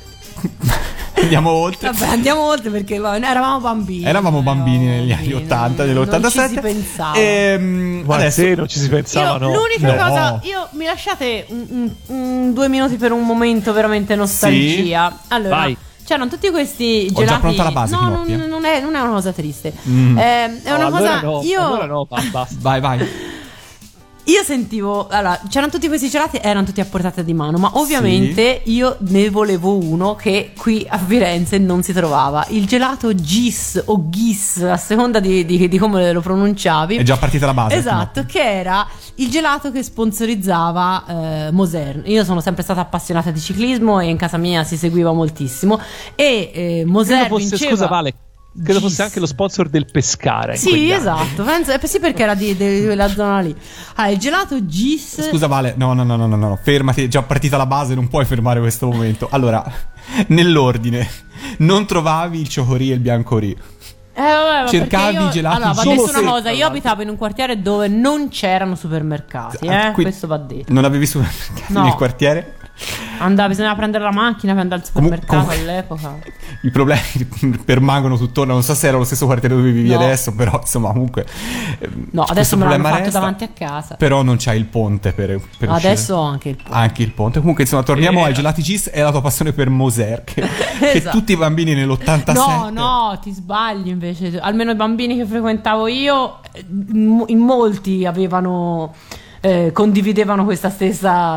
Andiamo oltre. Vabbè, andiamo oltre perché va- eravamo bambini. Eravamo bambini negli anni bambini, ottanta, non- nell'ottantasette. Non ci si pensava. Ehm, Ma adesso se non ci si pensava, Io, no. l'unica No. cosa, io mi lasciate un, un- un- due minuti per un momento veramente nostalgia. Allora, Vai. c'erano tutti questi Ho già gelati. pronta la base, no, non, Chinoppi, eh. non è, non è una cosa triste. Mm. Eh, è No, una allora cosa. no, io, allora no, ba- basta. vai, vai. Io sentivo, allora, c'erano tutti questi gelati, erano tutti a portata di mano, ma ovviamente io ne volevo uno che qui a Firenze non si trovava, il gelato Gis o Gis, a seconda di, di- di come lo pronunciavi. È già partita la base. Esatto, che era il gelato che sponsorizzava eh, Moser. Io sono sempre stata appassionata di ciclismo e in casa mia si seguiva moltissimo, e eh, Moser Credo fosse, vinceva. scusa Vale, credo Gis. fosse anche lo sponsor del Pescara in Sì, quegli anni. esatto, penso, eh, sì, perché era di, di quella zona lì. Allora, il gelato Gis. Scusa Vale, no, no, no, no, no, no, fermati, è già partita la base, non puoi fermare questo momento. Allora, nell'ordine, non trovavi il cioccorì e il biancorì. Eh, vabbè, ma Cercavi perché io- i gelati allora, va solo detto se- una cosa, io abitavo in un quartiere dove non c'erano supermercati, eh? Quindi- Questo va detto. Non avevi supermercati No. nel quartiere? Andava, bisognava prendere la macchina per andare al supermercato comunque- all'epoca. I problemi permangono tuttora, non so se era lo stesso quartiere dove vivi No. adesso, però insomma comunque ehm, No, questo adesso me l'hanno problema fatto resta, davanti a casa. però non c'hai il ponte per, per Adesso ho uscire. anche il ponte. Anche il ponte. Comunque insomma torniamo Eh. ai gelati Gis e alla tua passione per Moser che, che Esatto. tutti i bambini nell'ottantasette No, no, ti sbagli invece. Almeno i bambini che frequentavo io, eh, in in molti avevano. eh, condividevano questa stessa,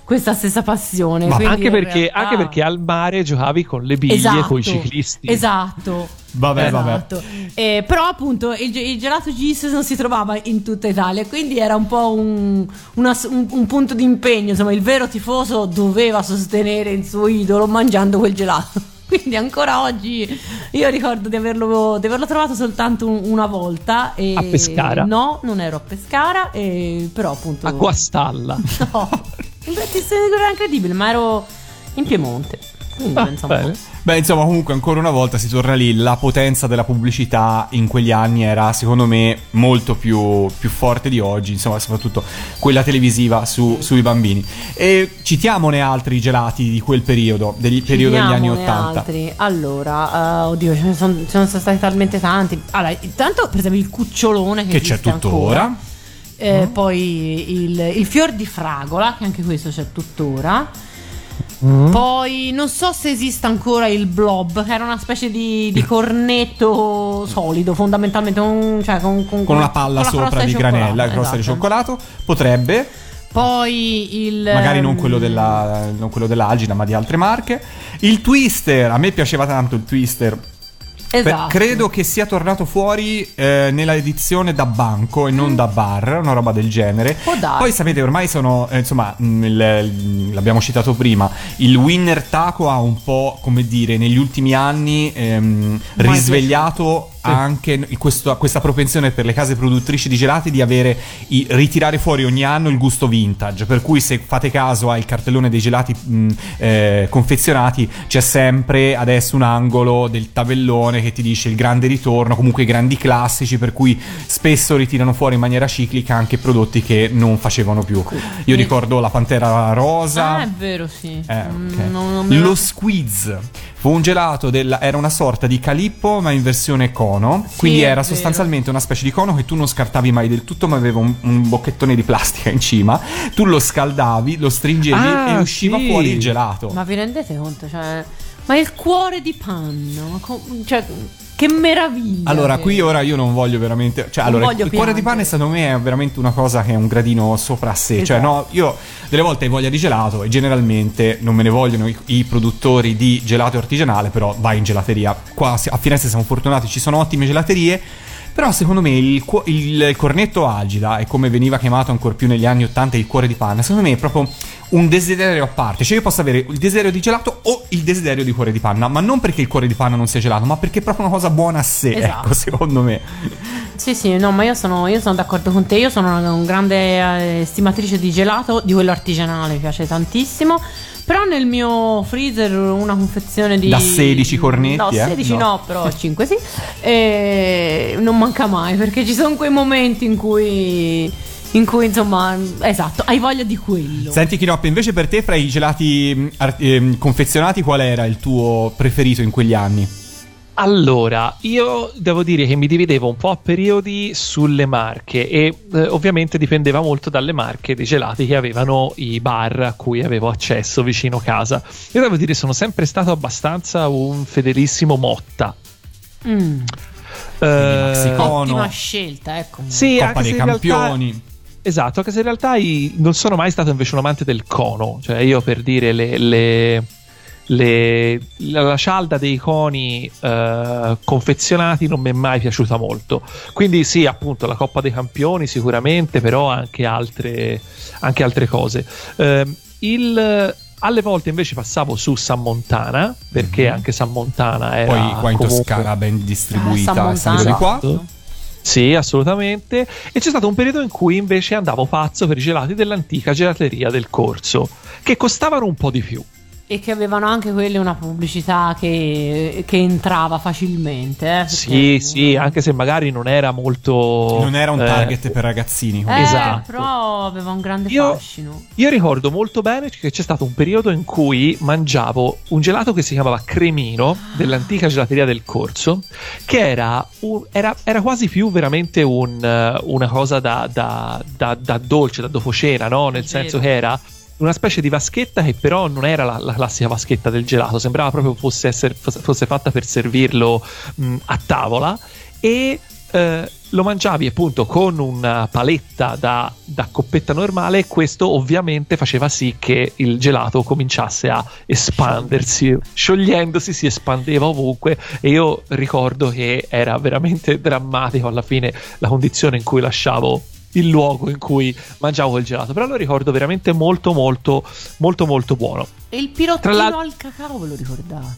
questa stessa passione. Ma quindi anche in perché, realtà- anche perché al mare giocavi con le biglie, Esatto, con i ciclisti. Esatto. Vabbè, esatto. Eh, però appunto il, ge- il gelato Gis non si trovava in tutta Italia, quindi era un po' un, una- un- un punto di impegno. Insomma, il vero tifoso doveva sostenere il suo idolo mangiando quel gelato. Quindi ancora oggi io ricordo di averlo, di averlo trovato soltanto un- una volta. E A Pescara? No, non ero a Pescara, e, però appunto... A Guastalla. No, era incredibile, ma ero in Piemonte. Quindi Ah, pensa un po'. bene. Beh, insomma, comunque ancora una volta si torna lì. La potenza della pubblicità in quegli anni era, secondo me, molto più, più forte di oggi. Insomma, soprattutto quella televisiva su- sui bambini. E citiamone altri gelati di quel periodo, del periodo degli anni Citiamone ottanta. altri. Allora, uh, oddio, ce ne sono, ce ne sono stati talmente tanti. Allora, intanto, per esempio, il cucciolone che, Che c'è esiste tuttora. ancora. Eh, Poi il, il fior di fragola, che anche questo c'è tuttora. Mm. Poi non so se esista ancora il blob, che era una specie di, di cornetto solido, fondamentalmente un, cioè con, con, Con una palla con la sopra crosta di cioccolato, granella, la crosta di esatto. cioccolato. Potrebbe, Poi il magari non ehm, quello della non quello dell'Algida, ma di altre marche. Il Twister, a me piaceva tanto il Twister. Esatto. Beh, credo che sia tornato fuori eh, nella edizione da banco e non da bar, una roba del genere. Può darsi. Poi sapete, ormai sono, eh, insomma, mh, il- il- l'abbiamo citato prima, il Winner Taco ha un po', come dire, negli ultimi anni ehm, Mai risvegliato anche questo- questa propensione per le case produttrici di gelati di avere i, ritirare fuori ogni anno il gusto vintage, per cui se fate caso al cartellone dei gelati mh, eh, confezionati c'è sempre adesso un angolo del tabellone che ti dice il grande ritorno, comunque i grandi classici, per cui spesso ritirano fuori in maniera ciclica anche prodotti che non facevano più. Io ricordo la Pantera Rosa. Ah, è vero, sì. Eh, Mm, ok. non- non me lo- Lo Squeeze fu un gelato della, era una sorta di Calippo ma in versione cono, Sì, quindi è era vero. sostanzialmente una specie di cono che tu non scartavi mai del tutto, ma aveva un, un bocchettone di plastica in cima. Tu lo scaldavi, lo stringevi Ah, e usciva sì. fuori il gelato. Ma vi rendete conto? Cioè, ma il cuore di panno, ma co- cioè, che meraviglia! Allora, che- qui ora io non voglio veramente. Cioè, Non allora, voglio il cuore di piangere. pane, secondo me, è veramente una cosa che è un gradino sopra a sé. Cioè, Esatto. no, io delle volte hai voglia di gelato e generalmente non me ne vogliono i, i produttori di gelato artigianale, però vai in gelateria. Qua si- a Firenze siamo fortunati, ci sono ottime gelaterie. Però secondo me il, cu- il cornetto Algida, e come veniva chiamato ancora più negli anni ottanta il cuore di panna, secondo me è proprio un desiderio a parte. Cioè io posso avere il desiderio di gelato o il desiderio di cuore di panna, ma non perché il cuore di panna non sia gelato, ma perché è proprio una cosa buona a sé, Esatto. ecco, secondo me. Sì, sì, no, ma io sono, io sono d'accordo con te. Io sono una, un grande eh, stimatrice di gelato, di quello artigianale, mi piace tantissimo. Però nel mio freezer una confezione di... Da sedici cornetti, No, eh? sedici no, No. però cinque sì. E non manca mai, perché ci sono quei momenti in cui... In cui, insomma, esatto, hai voglia di quello. Senti Chinoppi, invece per te fra i gelati mh, ar- ehm, confezionati qual era il tuo preferito in quegli anni? Allora, io devo dire che mi dividevo un po' a periodi sulle marche e eh, ovviamente dipendeva molto dalle marche dei gelati che avevano i bar a cui avevo accesso vicino casa. Io devo dire sono sempre stato abbastanza un fedelissimo Motta. Mm. Eh, Maxicono. Ottima scelta, ecco. sì, Coppa anche dei se in realtà- Campioni. Esatto, anche se in realtà i- non sono mai stato invece un amante del cono. Cioè io per dire le... le le- la, la cialda dei coni eh, confezionati non mi è mai piaciuta molto, quindi sì, appunto la Coppa dei Campioni sicuramente, però anche altre, anche altre cose. Ehm, il, alle volte invece passavo su San Montana, perché Mhm. anche San Montana era Poi qua in comunque- Toscana ben distribuita, Ah, San essendo di Montana. qua. Esatto. Sì, assolutamente. E c'è stato un periodo in cui invece andavo pazzo per i gelati dell'antica gelateria del Corso, che costavano un po' di più. E che avevano anche quelle una pubblicità che, che entrava facilmente. Eh, perché- Sì, sì, anche se magari non era molto... Non era un eh, target per ragazzini. Eh, Esatto. però aveva un grande Io- fascino. Io ricordo molto bene che c'è stato un periodo in cui mangiavo un gelato che si chiamava Cremino dell'antica gelateria del Corso, che era, un- era, era quasi più veramente un, eh, una cosa da, da, da, da dolce, da dopo cena, no? Nel È senso vero. che era una specie di vaschetta che però non era la, la classica vaschetta del gelato, sembrava proprio fosse, essere, fosse fosse fatta per servirlo mh, a tavola, e eh, lo mangiavi appunto con una paletta da, da coppetta normale, e questo ovviamente faceva sì che il gelato cominciasse a espandersi, sciogliendosi si espandeva ovunque, e io ricordo che era veramente drammatico alla fine la condizione in cui lasciavo il luogo in cui mangiavo il gelato, però lo ricordo veramente molto molto molto molto buono. E il pirottino la... al cacao, ve lo ricordate?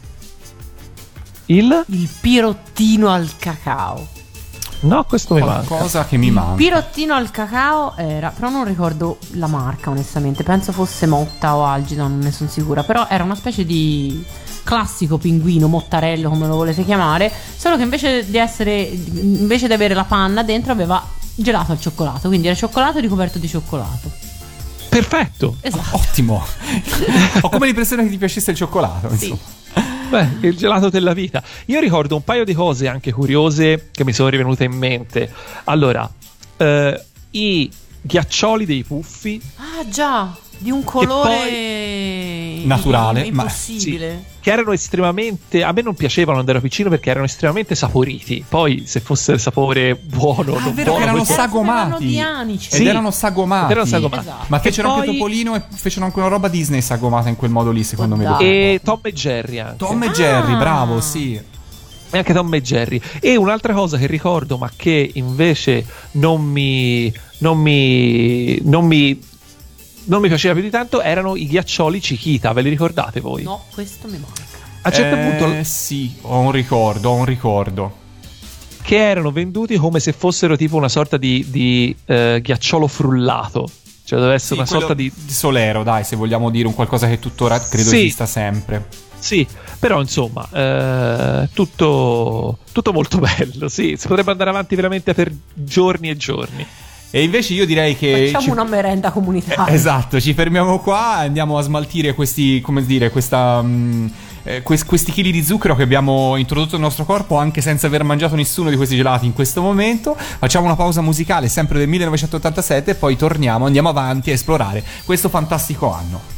Il? Il pirottino al cacao. No, questo mi manca. Qualcosa che mi Il manca. pirottino al cacao era, però non ricordo la marca onestamente, penso fosse Motta o Algida, non ne sono sicura, però era una specie di classico pinguino, mottarello come lo volete chiamare, solo che invece di essere, invece di avere la panna dentro aveva gelato al cioccolato, quindi era cioccolato ricoperto di cioccolato. Perfetto. Esatto. Ottimo. Ho come l'impressione che ti piacesse il cioccolato, insomma. Sì. Beh, il gelato della vita. Io ricordo un paio di cose anche curiose che mi sono rivenute in mente. Allora, eh, i ghiaccioli dei Puffi. Ah già, di un colore naturale, impossibile. Ma, sì, che erano estremamente, a me non piacevano quando ero piccino perché erano estremamente saporiti. Poi se fosse il sapore buono, ah, non è vero buono, che erano questo... sagomati di anici. ed sì, erano sagomati, erano sagomati. Esatto. Ma fecero poi... anche Topolino e fecero anche una roba Disney sagomata in quel modo lì, secondo Oh, me. dai. E Tom e Jerry anche. Tom e Ah. Jerry, bravo, sì. E anche Tom e Jerry. E un'altra cosa che ricordo, ma che invece non mi non mi non mi non mi piaceva più di tanto, erano i ghiaccioli Chiquita. Ve li ricordate voi? No, questo mi manca. A un certo eh, punto sì, ho un ricordo, ho un ricordo. che erano venduti come se fossero tipo una sorta di, di eh, ghiacciolo frullato. Cioè deve essere Sì, una quello sorta di... di Solero, dai, se vogliamo dire un qualcosa che tuttora credo Sì. esista sempre. Sì, però insomma, eh, tutto, tutto molto bello, sì, si potrebbe andare avanti veramente per giorni e giorni. E invece io direi che Facciamo ci- una merenda comunitaria. Eh, esatto, ci fermiamo qua, andiamo a smaltire questi, come dire, questa, mh, eh, quest- questi chili di zucchero che abbiamo introdotto nel nostro corpo anche senza aver mangiato nessuno di questi gelati in questo momento. Facciamo una pausa musicale sempre del millenovecentottantasette e poi torniamo, andiamo avanti a esplorare questo fantastico anno.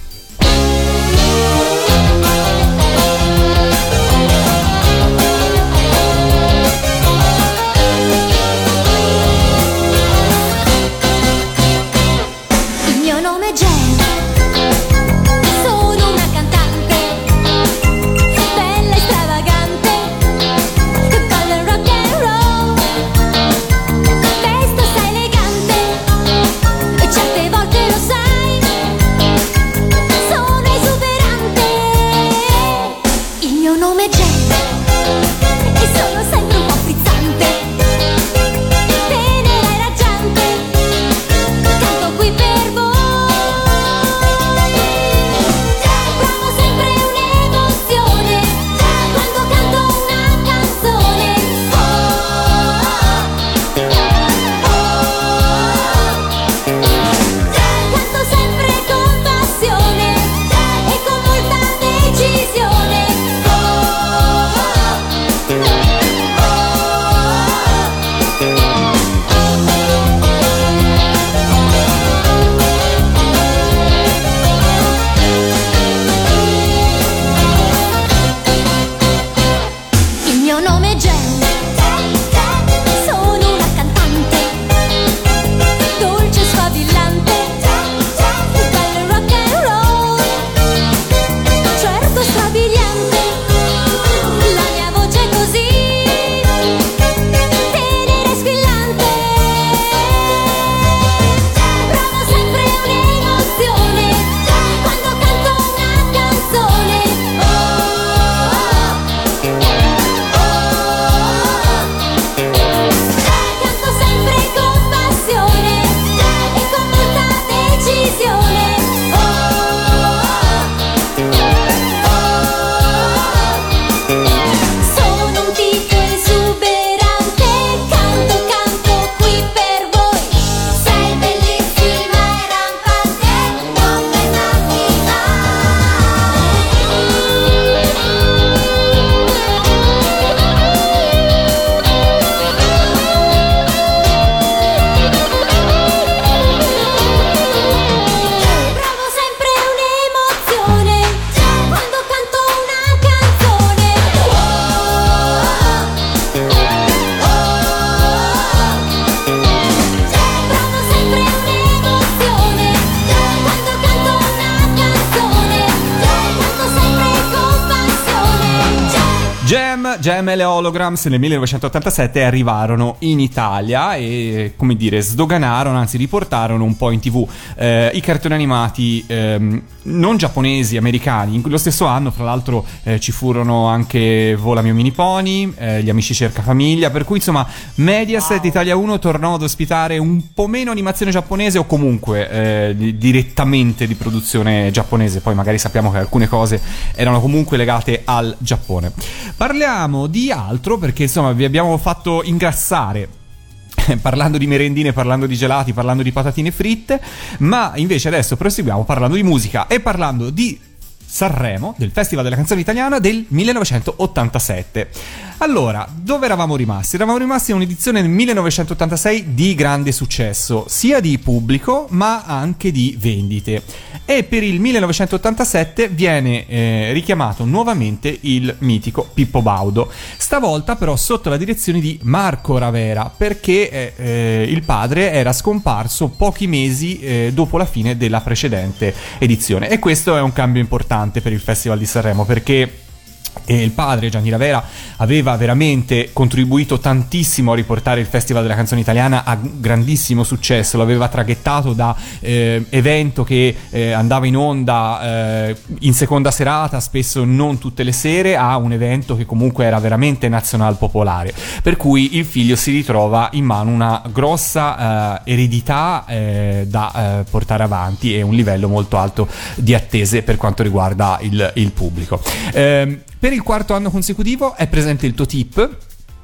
Il mio nome è Jen, sono una cantante, bella e stravagante, che balla il rock and roll, vesto assai elegante, e certe volte lo sai, Jam, Jam e le Holograms nel millenovecentottantasette arrivarono in Italia e, come dire, sdoganarono, anzi riportarono un po' in tv eh, i cartoni animati ehm, non giapponesi, americani. In lo stesso anno, fra l'altro, eh, ci furono anche Vola mio mini pony, eh, Gli amici cerca famiglia, per cui insomma Mediaset wow. Italia uno tornò ad ospitare un po' meno animazione giapponese o comunque eh, di, direttamente di produzione giapponese. Poi magari sappiamo che alcune cose erano comunque legate al Giappone. Parliamo di altro perché insomma vi abbiamo fatto ingrassare parlando di merendine, parlando di gelati, parlando di patatine fritte, ma invece adesso proseguiamo parlando di musica e parlando di Sanremo, del Festival della Canzone Italiana del millenovecentottantasette. Allora, dove eravamo rimasti? Eravamo rimasti in un'edizione del millenovecentottantasei di grande successo, sia di pubblico ma anche di vendite. E per il millenovecentottantasette viene eh, richiamato nuovamente il mitico Pippo Baudo, stavolta però sotto la direzione di Marco Ravera, perché eh, eh, il padre era scomparso pochi mesi eh, dopo la fine della precedente edizione. E questo è un cambio importante per il Festival di Sanremo, perché e il padre, Gianni Ravera, aveva veramente contribuito tantissimo a riportare il Festival della Canzone Italiana a grandissimo successo. L'aveva traghettato da eh, evento che eh, andava in onda eh, in seconda serata, spesso non tutte le sere, a un evento che comunque era veramente nazional popolare, per cui il figlio si ritrova in mano una grossa eh, eredità eh, da eh, portare avanti e un livello molto alto di attese per quanto riguarda il, il pubblico. Eh, Per il quarto anno consecutivo è presente il Totip,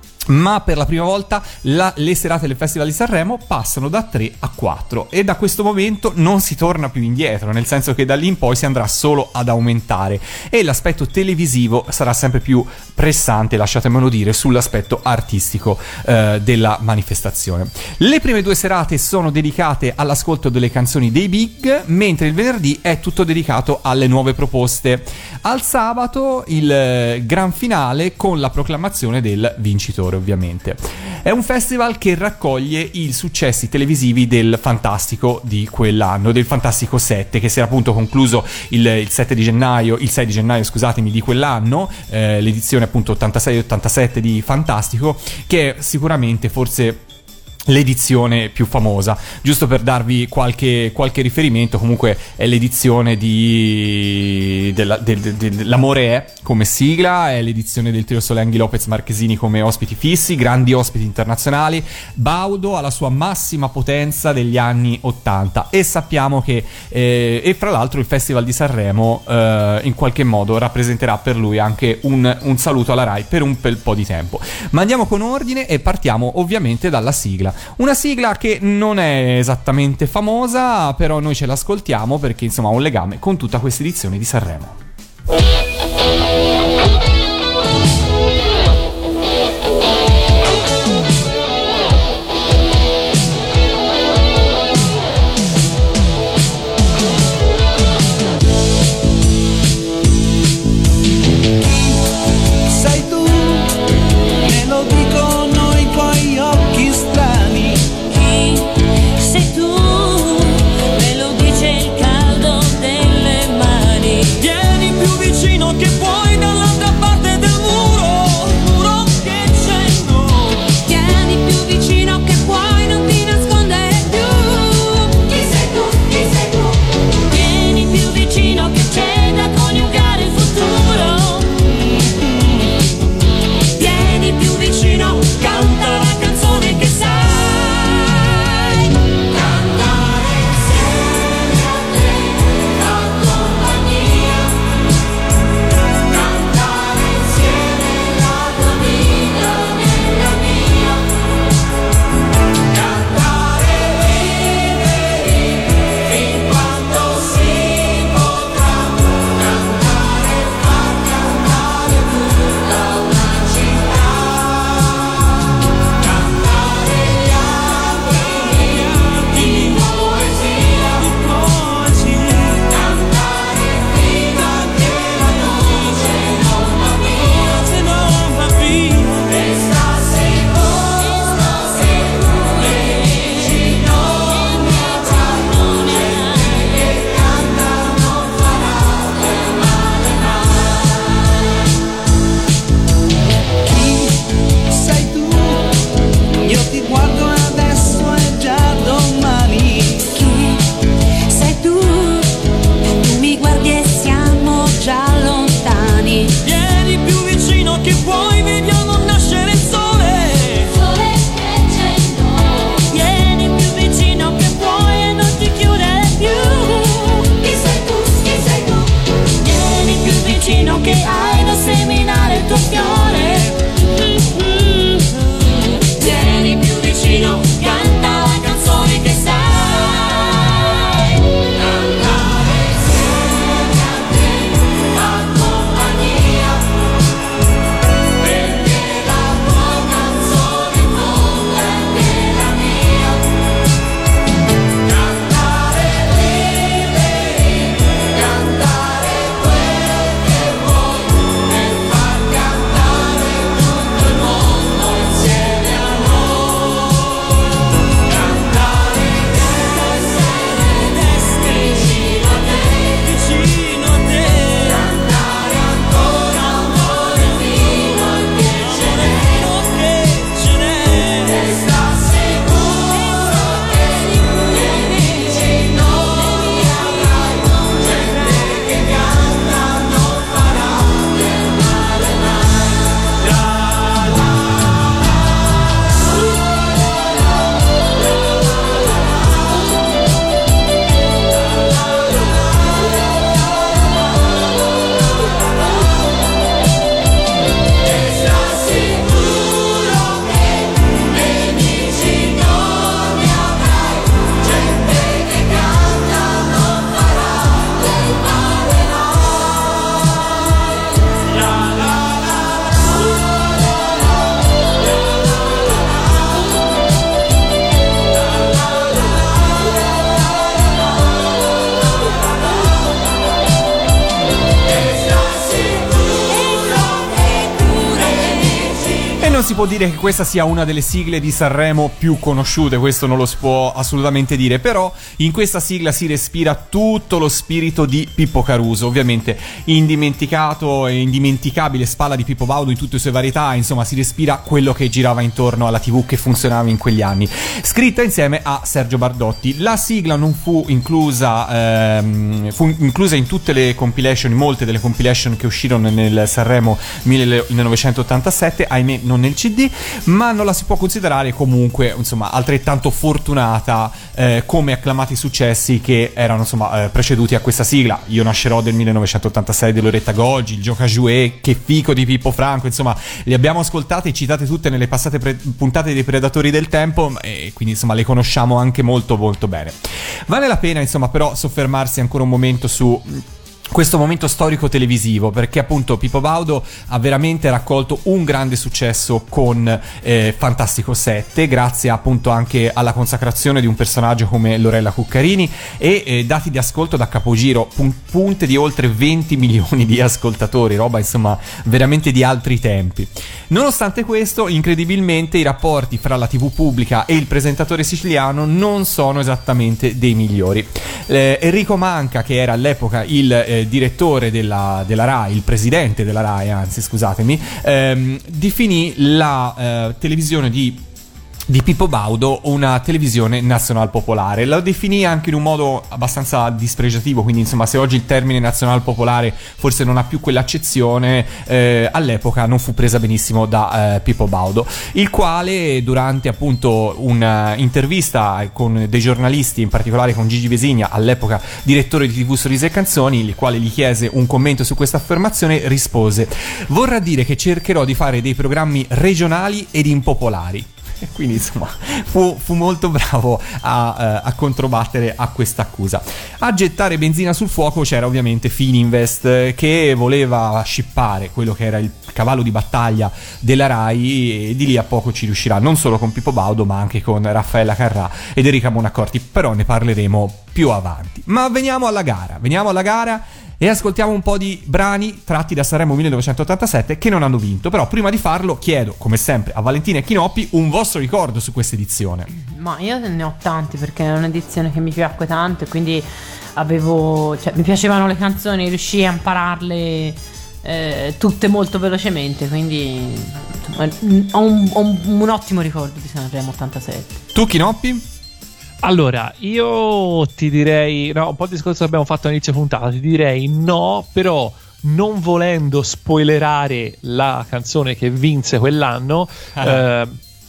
ma per la prima volta la, le serate del Festival di Sanremo passano da tre a quattro e da questo momento non si torna più indietro, nel senso che da lì in poi si andrà solo ad aumentare e l'aspetto televisivo sarà sempre più pressante, lasciatemelo dire, sull'aspetto artistico eh, della manifestazione. Le prime due serate sono dedicate all'ascolto delle canzoni dei Big, mentre il venerdì è tutto dedicato alle nuove proposte. Al sabato il eh, gran finale con la proclamazione del vincitore, ovviamente. È un festival che raccoglie i successi televisivi del Fantastico di quell'anno, del Fantastico sette, che si era appunto concluso il, il sette di gennaio, il sei di gennaio, scusatemi, di quell'anno, eh, l'edizione appunto ottantasei ottantasette di Fantastico, che è sicuramente forse l'edizione più famosa. Giusto per darvi qualche, qualche riferimento, comunque è l'edizione di della, del, del, del, L'amore è come sigla, è l'edizione del trio Solenghi Lopez Marchesini come ospiti fissi, grandi ospiti internazionali, Baudo alla sua massima potenza degli anni ottanta, e sappiamo che eh, e fra l'altro il Festival di Sanremo eh, in qualche modo rappresenterà per lui anche un, un saluto alla Rai per un bel po' di tempo. Ma andiamo con ordine e partiamo ovviamente dalla sigla. Una sigla che non è esattamente famosa, però noi ce l'ascoltiamo perché insomma ha un legame con tutta questa edizione di Sanremo. Sei tu, me lo dicono i tuoi occhi strani. Chi sei tu? Me lo dice il caldo delle mani. Vieni più vicino che hai da seminare il tuo fiore. Vieni più vicino, canta la canzone che sai. Cantare insieme a te fa compagnia, perché la tua canzone in fondo è anche la mia. Cantare liberi, cantare quel che vuoi e far cantare tutto il mondo insieme a noi. Cantare ed essere vicino a te, vicino a te. Cantare ancora amore fino a che ce n'è, e sta sicuro che vicino mi avrai gente che canta non farà del male mai. La la e sta sicuro che nemici non ne avrai, gente che canta non farà del male mai. La la E non si può dire che questa sia una delle sigle di Sanremo più conosciute, questo non lo si può assolutamente dire, però in questa sigla si respira tutto lo spirito di Pippo Caruso, ovviamente indimenticato e indimenticabile spalla di Pippo Baudo in tutte le sue varietà, insomma si respira quello che girava intorno alla tivù che funzionava in quegli anni, scritta insieme a Sergio Bardotti. La sigla non fu inclusa, ehm, fu inclusa in tutte le compilation, in molte delle compilation che uscirono nel Sanremo millenovecentottantasette, ahimè non nel C D, ma non la si può considerare comunque insomma altrettanto fortunata eh, come acclamati successi che erano insomma eh, preceduti a questa sigla. Io nascerò del millenovecentottantasei di Loretta Goggi, il Gioca Jouet, Che fico di Pippo Franco, insomma le abbiamo ascoltate e citate tutte nelle passate pre- puntate dei Predatori del Tempo e quindi insomma le conosciamo anche molto molto bene. Vale la pena insomma però soffermarsi ancora un momento su questo momento storico televisivo, perché appunto Pippo Baudo ha veramente raccolto un grande successo con eh, Fantastico sette, grazie appunto anche alla consacrazione di un personaggio come Lorella Cuccarini e eh, dati di ascolto da capogiro, pun- punte di oltre venti milioni di ascoltatori, roba insomma veramente di altri tempi. Nonostante questo, incredibilmente i rapporti fra la tivù pubblica e il presentatore siciliano non sono esattamente dei migliori. Eh, Enrico Manca, che era all'epoca il eh, direttore della, della RAI, il presidente della RAI, anzi scusatemi, ehm, definì la eh, televisione di di Pippo Baudo una televisione nazional popolare. La definì anche in un modo abbastanza dispregiativo, quindi insomma se oggi il termine nazional popolare forse non ha più quell'accezione, eh, all'epoca non fu presa benissimo da eh, Pippo Baudo, il quale durante appunto un'intervista con dei giornalisti, in particolare con Gigi Vesigna, all'epoca direttore di tivù Sorrisi e Canzoni, il quale gli chiese un commento su questa affermazione, rispose: vorrà dire che cercherò di fare dei programmi regionali ed impopolari. E quindi insomma fu, fu molto bravo a, uh, a controbattere a questa accusa. A gettare benzina sul fuoco c'era ovviamente Fininvest, che voleva scippare quello che era il cavallo di battaglia della RAI, e di lì a poco ci riuscirà, non solo con Pippo Baudo ma anche con Raffaella Carrà ed Enrica Bonaccorti, però ne parleremo più avanti. Ma veniamo alla gara, veniamo alla gara e ascoltiamo un po' di brani tratti da Sanremo millenovecentottantasette che non hanno vinto. Però prima di farlo chiedo, come sempre, a Valentina e Chinoppi un vostro ricordo su questa edizione. Ma io ne ho tanti, perché è un'edizione che mi piacque tanto e quindi avevo, cioè, mi piacevano le canzoni, riuscii a impararle eh, tutte molto velocemente, quindi insomma, ho, un, ho un, un ottimo ricordo di Sanremo ottantasette. Tu Chinoppi? Allora, io ti direi, no, un po' il discorso che abbiamo fatto all'inizio puntata, ti direi no, però non volendo spoilerare la canzone che vinse quell'anno, ah. eh,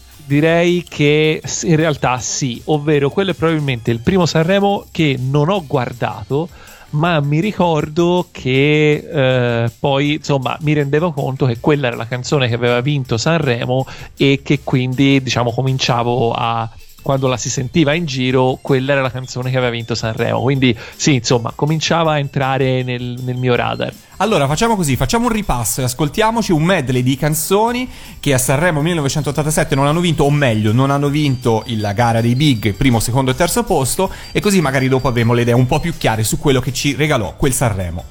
direi che in realtà sì, ovvero quello è probabilmente il primo Sanremo che non ho guardato, ma mi ricordo che eh, poi insomma mi rendevo conto che quella era la canzone che aveva vinto Sanremo e che quindi diciamo cominciavo a, quando la si sentiva in giro, quella era la canzone che aveva vinto Sanremo, quindi sì, insomma cominciava a entrare nel, nel mio radar. Allora facciamo così, facciamo un ripasso e ascoltiamoci un medley di canzoni che a Sanremo millenovecentottantasette non hanno vinto, o meglio non hanno vinto la gara dei big, primo, secondo e terzo posto, e così magari dopo avremo le idee un po' più chiare su quello che ci regalò quel Sanremo.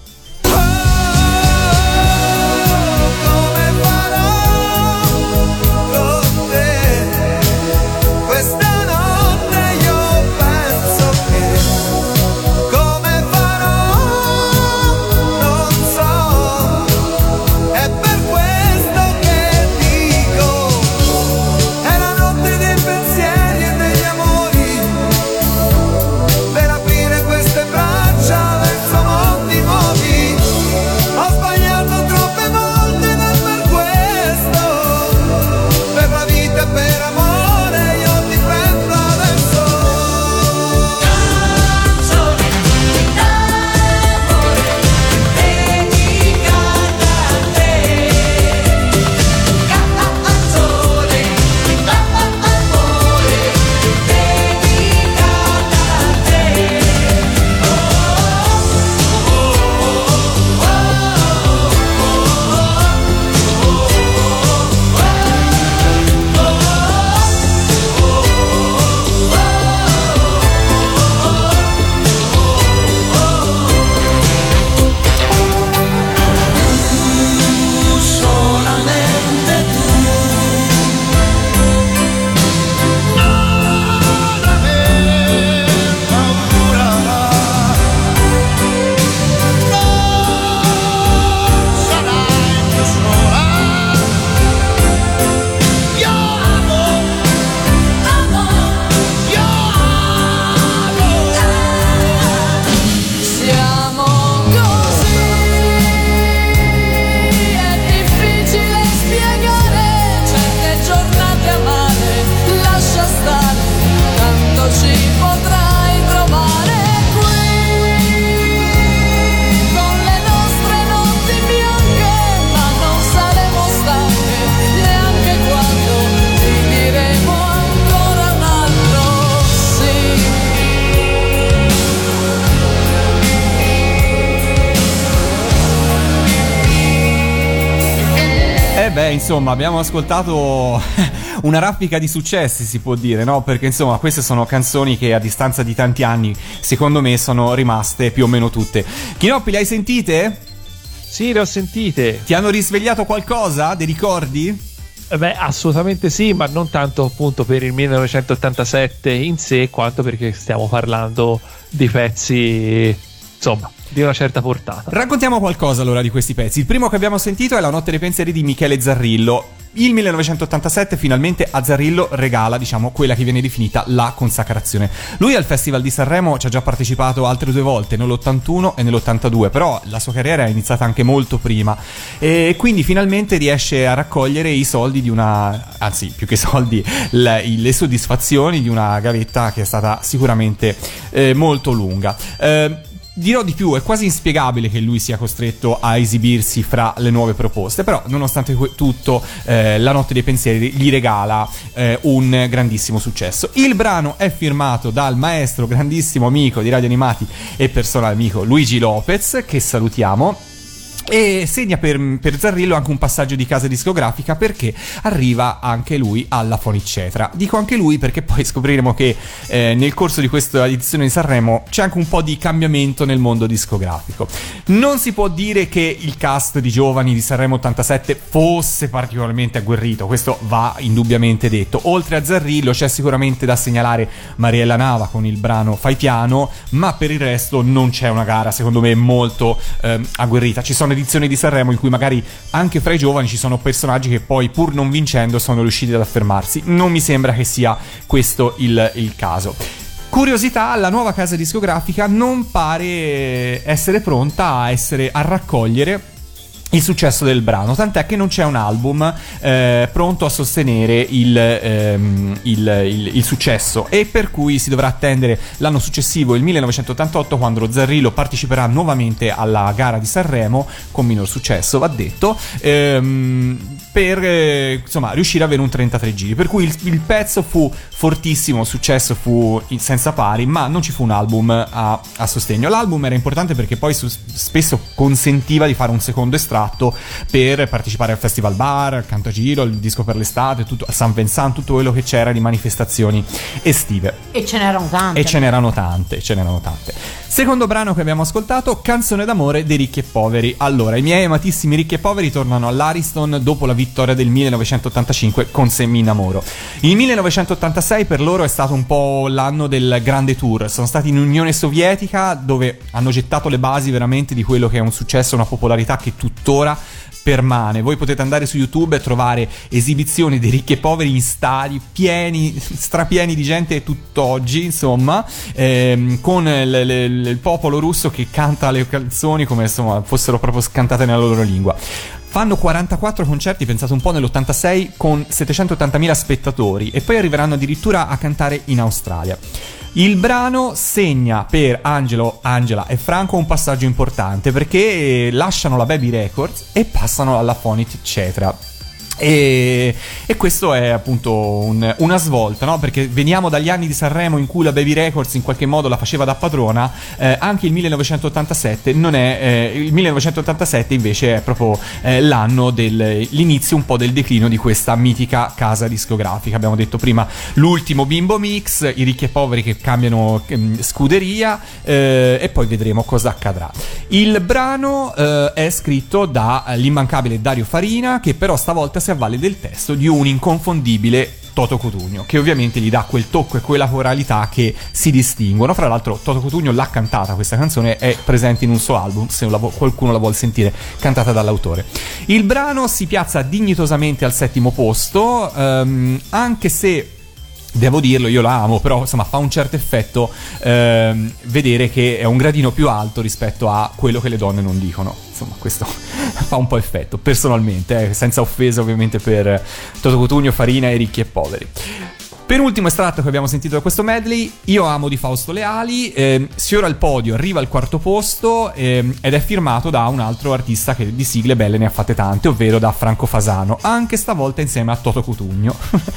Beh, insomma, abbiamo ascoltato una raffica di successi, si può dire, no? Perché insomma queste sono canzoni che a distanza di tanti anni secondo me sono rimaste più o meno tutte. Chinoppi, le hai sentite? Sì, le ho sentite. Ti hanno risvegliato qualcosa? Dei ricordi? Beh, assolutamente sì, ma non tanto appunto per il millenovecentottantasette in sé, quanto perché stiamo parlando di pezzi, insomma, di una certa portata. Raccontiamo qualcosa allora di questi pezzi. Il primo che abbiamo sentito è La notte dei pensieri di Michele Zarrillo. Il millenovecentottantasette finalmente a Zarrillo regala, diciamo, quella che viene definita la consacrazione. Lui al Festival di Sanremo ci ha già partecipato altre due volte, nell'ottantuno e nell'ottantadue, però la sua carriera è iniziata anche molto prima e quindi finalmente riesce a raccogliere i soldi di una, anzi più che soldi, le, le soddisfazioni di una gavetta che è stata sicuramente eh, molto lunga. Eh, Dirò di più, è quasi inspiegabile che lui sia costretto a esibirsi fra le nuove proposte, però nonostante tutto eh, La notte dei pensieri gli regala eh, un grandissimo successo. Il brano è firmato dal maestro, grandissimo amico di Radio Animati e personale amico Luigi Lopez, che salutiamo, e segna per, per Zarrillo anche un passaggio di casa discografica, perché arriva anche lui alla Fonicetra. Dico anche lui perché poi scopriremo che eh, nel corso di questa edizione di Sanremo c'è anche un po' di cambiamento nel mondo discografico. Non si può dire che il cast di giovani di Sanremo ottantasette fosse particolarmente agguerrito, questo va indubbiamente detto. Oltre a Zarrillo c'è sicuramente da segnalare Mariella Nava con il brano Fai piano, ma per il resto non c'è una gara secondo me molto eh, agguerrita. Ci sono edizioni di Sanremo in cui magari anche fra i giovani ci sono personaggi che poi pur non vincendo sono riusciti ad affermarsi. Non mi sembra che sia questo il, il caso. Curiosità, la nuova casa discografica non pare essere pronta a essere a raccogliere il successo del brano, tant'è che non c'è un album eh, pronto a sostenere il, ehm, il, il, il successo, e per cui si dovrà attendere l'anno successivo, il millenovecentottantotto, quando lo Zarrillo parteciperà nuovamente alla gara di Sanremo, con minor successo va detto, ehm, per eh, insomma riuscire ad avere un trentatré giri, per cui il, il pezzo fu fortissimo, il successo fu senza pari, ma non ci fu un album a, a sostegno. L'album era importante perché poi su, spesso consentiva di fare un secondo estratto per partecipare al Festival Bar, al Cantagiro, al Disco per l'estate, tutto, al San Vincent, tutto quello che c'era di manifestazioni estive. E ce n'erano tante. E ce n'erano tante, ce n'erano tante. Secondo brano che abbiamo ascoltato, Canzone d'amore dei ricchi e poveri. Allora, i miei amatissimi ricchi e poveri tornano all'Ariston dopo la vittoria del millenovecentottantacinque con Se mi innamoro. Il millenovecentottantasei per loro è stato un po' l'anno del grande tour. Sono stati in Unione Sovietica, dove hanno gettato le basi veramente di quello che è un successo, una popolarità che tuttora permane. Voi potete andare su YouTube e trovare esibizioni dei ricchi e poveri in stadi pieni, strapieni di gente tutt'oggi, insomma, ehm, con il, il, il popolo russo che canta le canzoni come insomma fossero proprio cantate nella loro lingua. Fanno quarantaquattro concerti, pensate un po', nell'ottantasei, con settecentottantamila spettatori, e poi arriveranno addirittura a cantare in Australia. Il brano segna per Angelo, Angela e Franco un passaggio importante, perché lasciano la Baby Records e passano alla Phonyt, eccetera. E, e questo è appunto un, una svolta, no? Perché veniamo dagli anni di Sanremo in cui la Baby Records in qualche modo la faceva da padrona. eh, anche il millenovecentottantasette non è eh, il millenovecentottantasette invece è proprio eh, l'anno dell'inizio un po' del declino di questa mitica casa discografica. Abbiamo detto prima l'ultimo Bimbo Mix, i ricchi e poveri che cambiano ehm, scuderia, eh, e poi vedremo cosa accadrà. Il brano eh, è scritto dall'immancabile Dario Farina, che però stavolta si avvale del testo di un inconfondibile Toto Cutugno, che ovviamente gli dà quel tocco e quella coralità che si distinguono. Fra l'altro Toto Cutugno l'ha cantata questa canzone, è presente in un suo album, se la vo- qualcuno la vuol sentire, cantata dall'autore. Il brano si piazza dignitosamente al settimo posto, ehm, anche se devo dirlo, io la amo, però insomma fa un certo effetto ehm, vedere che è un gradino più alto rispetto a quello che le donne non dicono. Insomma, questo fa un po' effetto, personalmente, eh, senza offesa ovviamente per Toto Cutugno, Farina e ricchi e poveri. Penultimo estratto che abbiamo sentito da questo medley, Io amo di Fausto Leali, eh, sfiora il podio, arriva al quarto posto, eh, ed è firmato da un altro artista che di sigle belle ne ha fatte tante, ovvero da Franco Fasano, anche stavolta insieme a Toto Cutugno.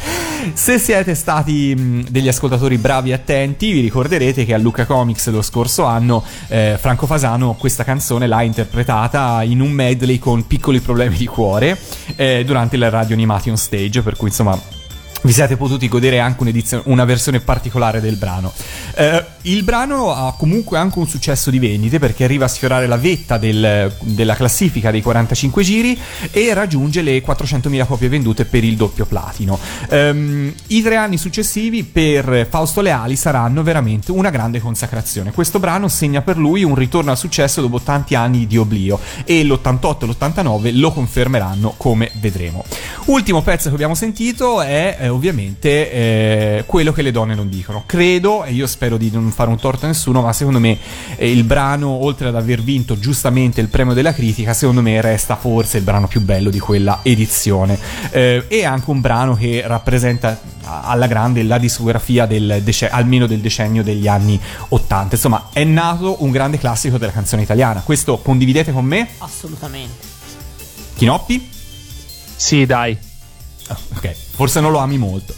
Se siete stati mh, degli ascoltatori bravi e attenti, vi ricorderete che a Lucca Comics lo scorso anno eh, Franco Fasano questa canzone l'ha interpretata in un medley con Piccoli problemi di cuore eh, durante il Radio Animati on Stage, per cui insomma vi siete potuti godere anche un'edizione, una versione particolare del brano. Eh, il brano ha comunque anche un successo di vendite, perché arriva a sfiorare la vetta del, della classifica dei quarantacinque giri e raggiunge le quattrocentomila copie vendute per il doppio platino. Um, I tre anni successivi per Fausto Leali saranno veramente una grande consacrazione. Questo brano segna per lui un ritorno al successo dopo tanti anni di oblio, e l'ottantotto e l'ottantanove lo confermeranno, come vedremo. Ultimo pezzo che abbiamo sentito è eh, ovviamente eh, Quello che le donne non dicono. Credo, e io spero di non fare un torto a nessuno, ma secondo me eh, il brano, oltre ad aver vinto giustamente il premio della critica, secondo me resta forse il brano più bello di quella edizione, eh, e anche un brano che rappresenta alla grande la discografia del dece- almeno del decennio degli anni ottanta. Insomma, è nato un grande classico della canzone italiana. Questo condividete con me? Assolutamente. Chinoppi? Sì, dai. Oh, ok, forse non lo ami molto.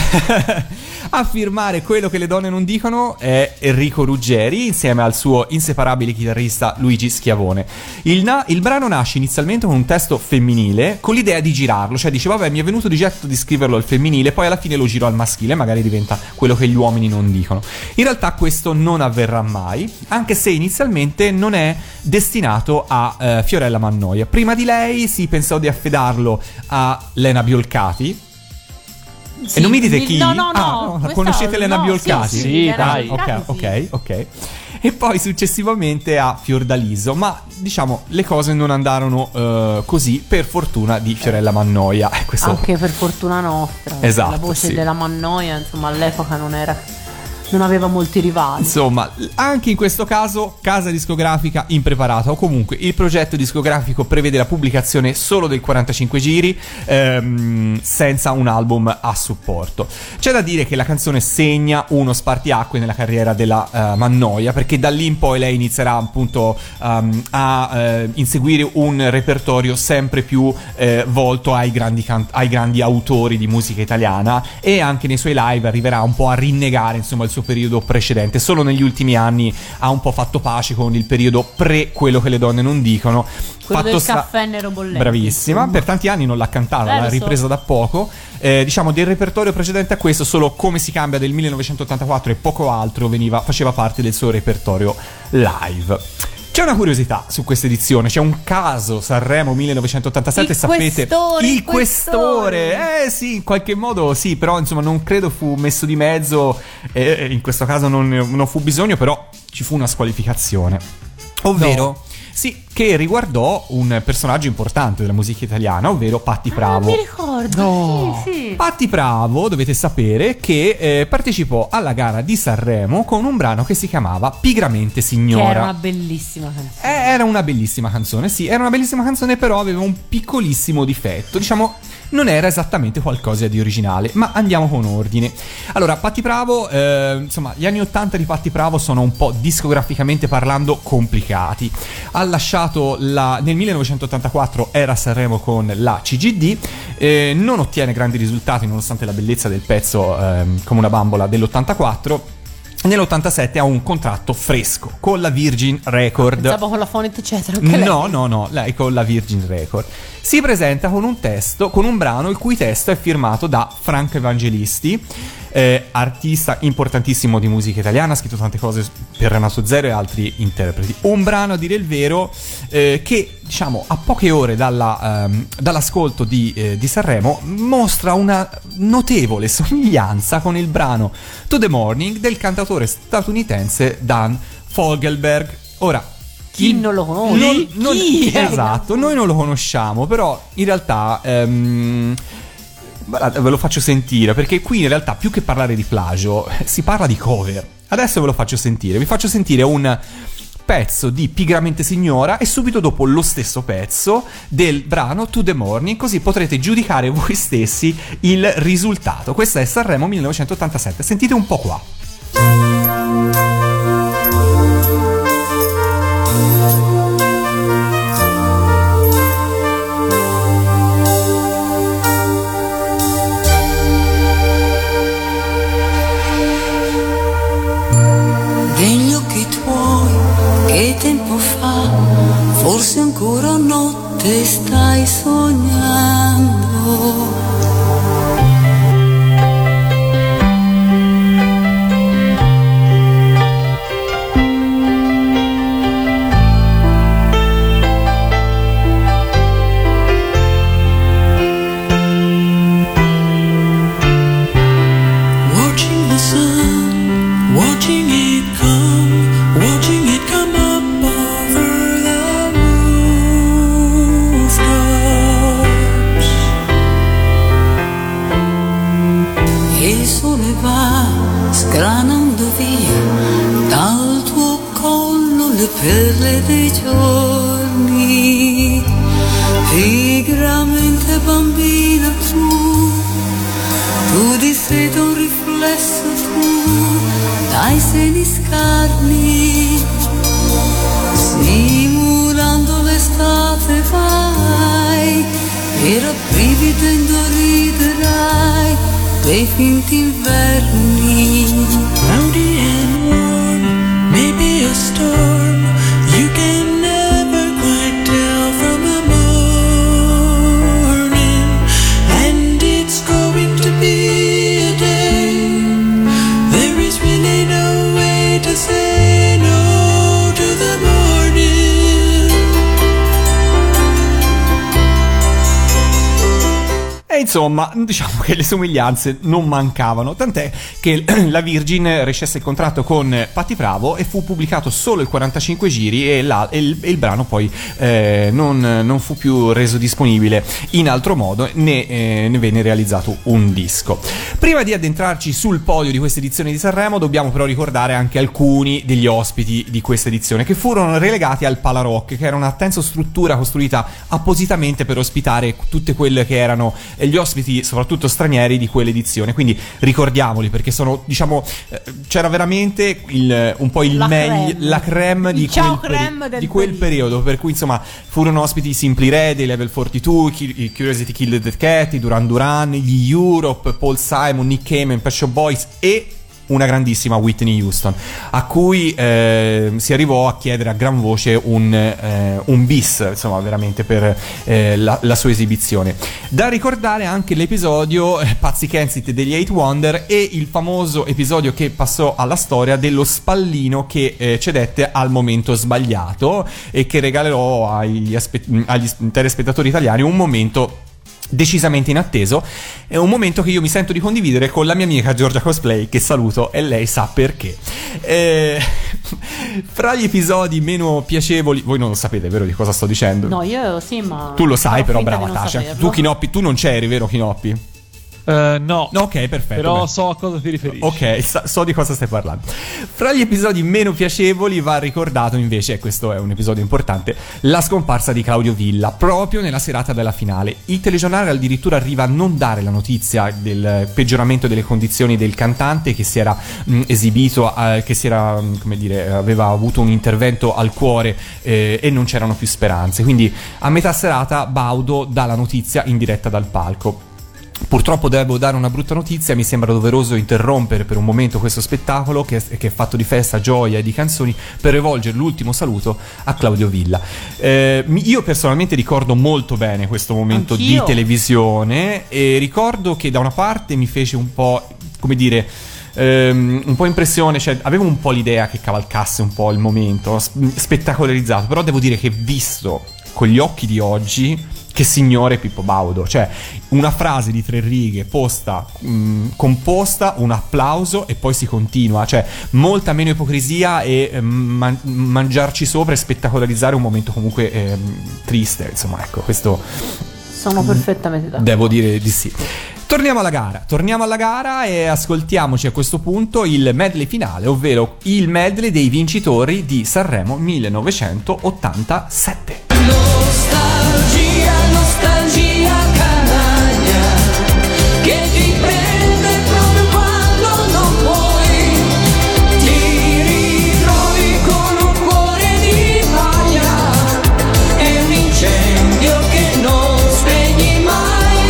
A firmare Quello che le donne non dicono è Enrico Ruggeri insieme al suo inseparabile chitarrista Luigi Schiavone. Il, na- il brano nasce inizialmente con un testo femminile, con l'idea di girarlo, cioè dice vabbè, mi è venuto di getto di scriverlo al femminile, poi alla fine lo giro al maschile, magari diventa quello che gli uomini non dicono. In realtà questo non avverrà mai, anche se inizialmente non è destinato a eh, Fiorella Mannoia. Prima di lei si pensò di affidarlo a Lena Biolcati. Sì, e non mi dite il- chi? no, no, Ah, no, questa- conoscete Lena no, Biolcati? sì, sì, Sì, Lena dai. Biolcati, Ok, sì. ok, ok. E poi successivamente a Fiordaliso, ma diciamo le cose non andarono eh, così, per fortuna di Fiorella Mannoia. Eh, questo- Anche per fortuna nostra. Esatto, La voce sì. della Mannoia, insomma, all'epoca non era non aveva molti rivali. Insomma, anche in questo caso casa discografica impreparata, o comunque il progetto discografico prevede la pubblicazione solo del quarantacinque giri ehm, senza un album a supporto. C'è da dire che la canzone segna uno spartiacque nella carriera della uh, Mannoia, perché da lì in poi lei inizierà appunto um, a uh, inseguire un repertorio sempre più eh, volto ai grandi, can- ai grandi autori di musica italiana, e anche nei suoi live arriverà un po' a rinnegare insomma il suo periodo precedente. Solo negli ultimi anni ha un po' fatto pace con il periodo pre quello che le donne non dicono. Quello Fatto del sta- caffè nero bollente. Bravissima, per tanti anni non l'ha cantata, Eh, l'ha lo so. ripresa da poco. Eh, diciamo del repertorio precedente a questo solo Come si cambia del millenovecentottantaquattro e poco altro veniva, faceva parte del suo repertorio live. C'è una curiosità su questa edizione, c'è un caso Sanremo millenovecentottantasette, Il sapete, questore, il il questore. questore. Eh sì, in qualche modo sì, però insomma non credo fu messo di mezzo, eh, in questo caso non, non fu bisogno, però ci fu una squalificazione. Ovvero No. sì, che riguardò un personaggio importante della musica italiana, ovvero Patti Pravo. Mi ricordo. No. Sì, sì. Patti Pravo, dovete sapere che eh, partecipò alla gara di Sanremo con un brano che si chiamava Pigramente Che Signora. era una bellissima canzone. Eh, Era una bellissima canzone, sì, era una bellissima canzone, però aveva un piccolissimo difetto, diciamo, non era esattamente qualcosa di originale, ma andiamo con ordine. Allora, Patti Pravo, eh, insomma, gli anni ottanta di Patti Pravo sono un po' discograficamente parlando complicati. Ha lasciato la, nel millenovecentottantaquattro era a Sanremo con la C G D, eh, non ottiene grandi risultati nonostante la bellezza del pezzo ehm, Come una bambola dell'ottantaquattro. Nell'ottantasette ha un contratto fresco con la Virgin Record. Pensavo con la Phonet eccetera. anche lei. No, no, no, lei con la Virgin Record. Si presenta con un testo, con un brano il cui testo è firmato da Franco Evangelisti, eh, artista importantissimo di musica italiana, ha scritto tante cose per Renato Zero e altri interpreti. Un brano, a dire il vero, eh, che diciamo a poche ore dalla, ehm, dall'ascolto di, eh, di Sanremo mostra una notevole somiglianza con il brano To The Morning del cantautore statunitense Dan Fogelberg. Ora, Chi non lo conosce? non- non- Chi è? esatto, noi non lo conosciamo, però in realtà ehm, guardate, ve lo faccio sentire, perché qui in realtà più che parlare di plagio si parla di cover. Adesso ve lo faccio sentire, vi faccio sentire un pezzo di Pigramente Signora e subito dopo lo stesso pezzo del brano To The Morning, così potrete giudicare voi stessi il risultato. Questa è Sanremo millenovecentottantasette, sentite un po' qua. Degli occhi tuoi, che tempo fa, forse ancora notte stai sognando. Watching the sun, watching it come, watching it come up over the rooftops. Il sole va sgranando via dal tuo collo le perle dei giorni. Pigramente bambina tu, tu di seta un riflesso tu, dai seni scarni, simulando l'estate vai, e rabbrividendo riderai dei finti inverni. Cloudy and warm, maybe a storm, you can never quite tell from the morning, and it's going to be a day. There is really no way to say no to the morning. E E insomma, diciamo che le somiglianze non mancavano, tant'è che la Virgin rescesse il contratto con Patti Bravo e fu pubblicato solo il quarantacinque giri e, la, e, il, e il brano poi eh, non, non fu più reso disponibile in altro modo, né, eh, ne venne realizzato un disco. Prima di addentrarci sul podio di questa edizione di Sanremo, dobbiamo però ricordare anche alcuni degli ospiti di questa edizione che furono relegati al Palarock, che era una tensostruttura costruita appositamente per ospitare tutte quelle che erano gli ospiti, soprattutto stranieri, di quell'edizione. Quindi ricordiamoli, perché sono, diciamo, eh, c'era veramente il, un po' il La meglio, crème. la crème di Il ciao quel, peri- crème del di quel periodo, per cui insomma furono ospiti Simply Red, i Level quarantadue, i Curiosity Killed the Cat, i Duran Duran, gli Europe, Paul Simon, Nick Cayman, Pet Shop Boys e una grandissima Whitney Houston, a cui eh, si arrivò a chiedere a gran voce un, eh, un bis, insomma, veramente per eh, la, la sua esibizione. Da ricordare anche l'episodio eh, Patsy Kensit degli Eight Wonder e il famoso episodio che passò alla storia dello spallino che eh, cedette al momento sbagliato e che regalerò agli, aspe- agli telespettatori italiani un momento decisamente inatteso. È un momento che io mi sento di condividere con la mia amica Giorgia Cosplay, che saluto e lei sa perché. Eh, fra gli episodi meno piacevoli, voi non lo sapete, vero, di cosa sto dicendo? No, io sì, ma Tu lo sai, farò però finta brava di non Tasha. saperlo. Tu Chinoppi, tu non c'eri, vero Chinoppi? Uh, no. Ok, perfetto. Però beh. so a cosa ti riferisci. Ok, sa- so di cosa stai parlando. Fra gli episodi meno piacevoli va ricordato invece, e questo è un episodio importante, la scomparsa di Claudio Villa, proprio nella serata della finale. Il telegiornale addirittura arriva a non dare la notizia del peggioramento delle condizioni del cantante, che si era mh, esibito, eh, che si era, mh, come dire, aveva avuto un intervento al cuore eh, e non c'erano più speranze. Quindi a metà serata Baudo dà la notizia in diretta dal palco. Purtroppo devo dare una brutta notizia, mi sembra doveroso interrompere per un momento questo spettacolo che è, che è fatto di festa, gioia e di canzoni, per rivolgere l'ultimo saluto a Claudio Villa. Eh, io personalmente ricordo molto bene questo momento Anch'io. di televisione e ricordo che da una parte mi fece un po', come dire, ehm, un po' impressione, cioè avevo un po' l'idea che cavalcasse un po' il momento, spettacolarizzato, però devo dire che visto con gli occhi di oggi, che signore Pippo Baudo, cioè una frase di tre righe posta, mh, composta, un applauso e poi si continua, cioè molta meno ipocrisia e eh, man- mangiarci sopra e spettacolarizzare un momento comunque eh, triste, insomma, ecco, questo Sono perfettamente d'accordo. devo dire di sì. Torniamo alla gara, torniamo alla gara e ascoltiamoci a questo punto il medley finale, ovvero il medley dei vincitori di Sanremo millenovecentottantasette. Nostalgia, nostalgia canaglia, che ti prende proprio quando non vuoi. Ti ritrovi con un cuore di paglia e un incendio che non spegni mai.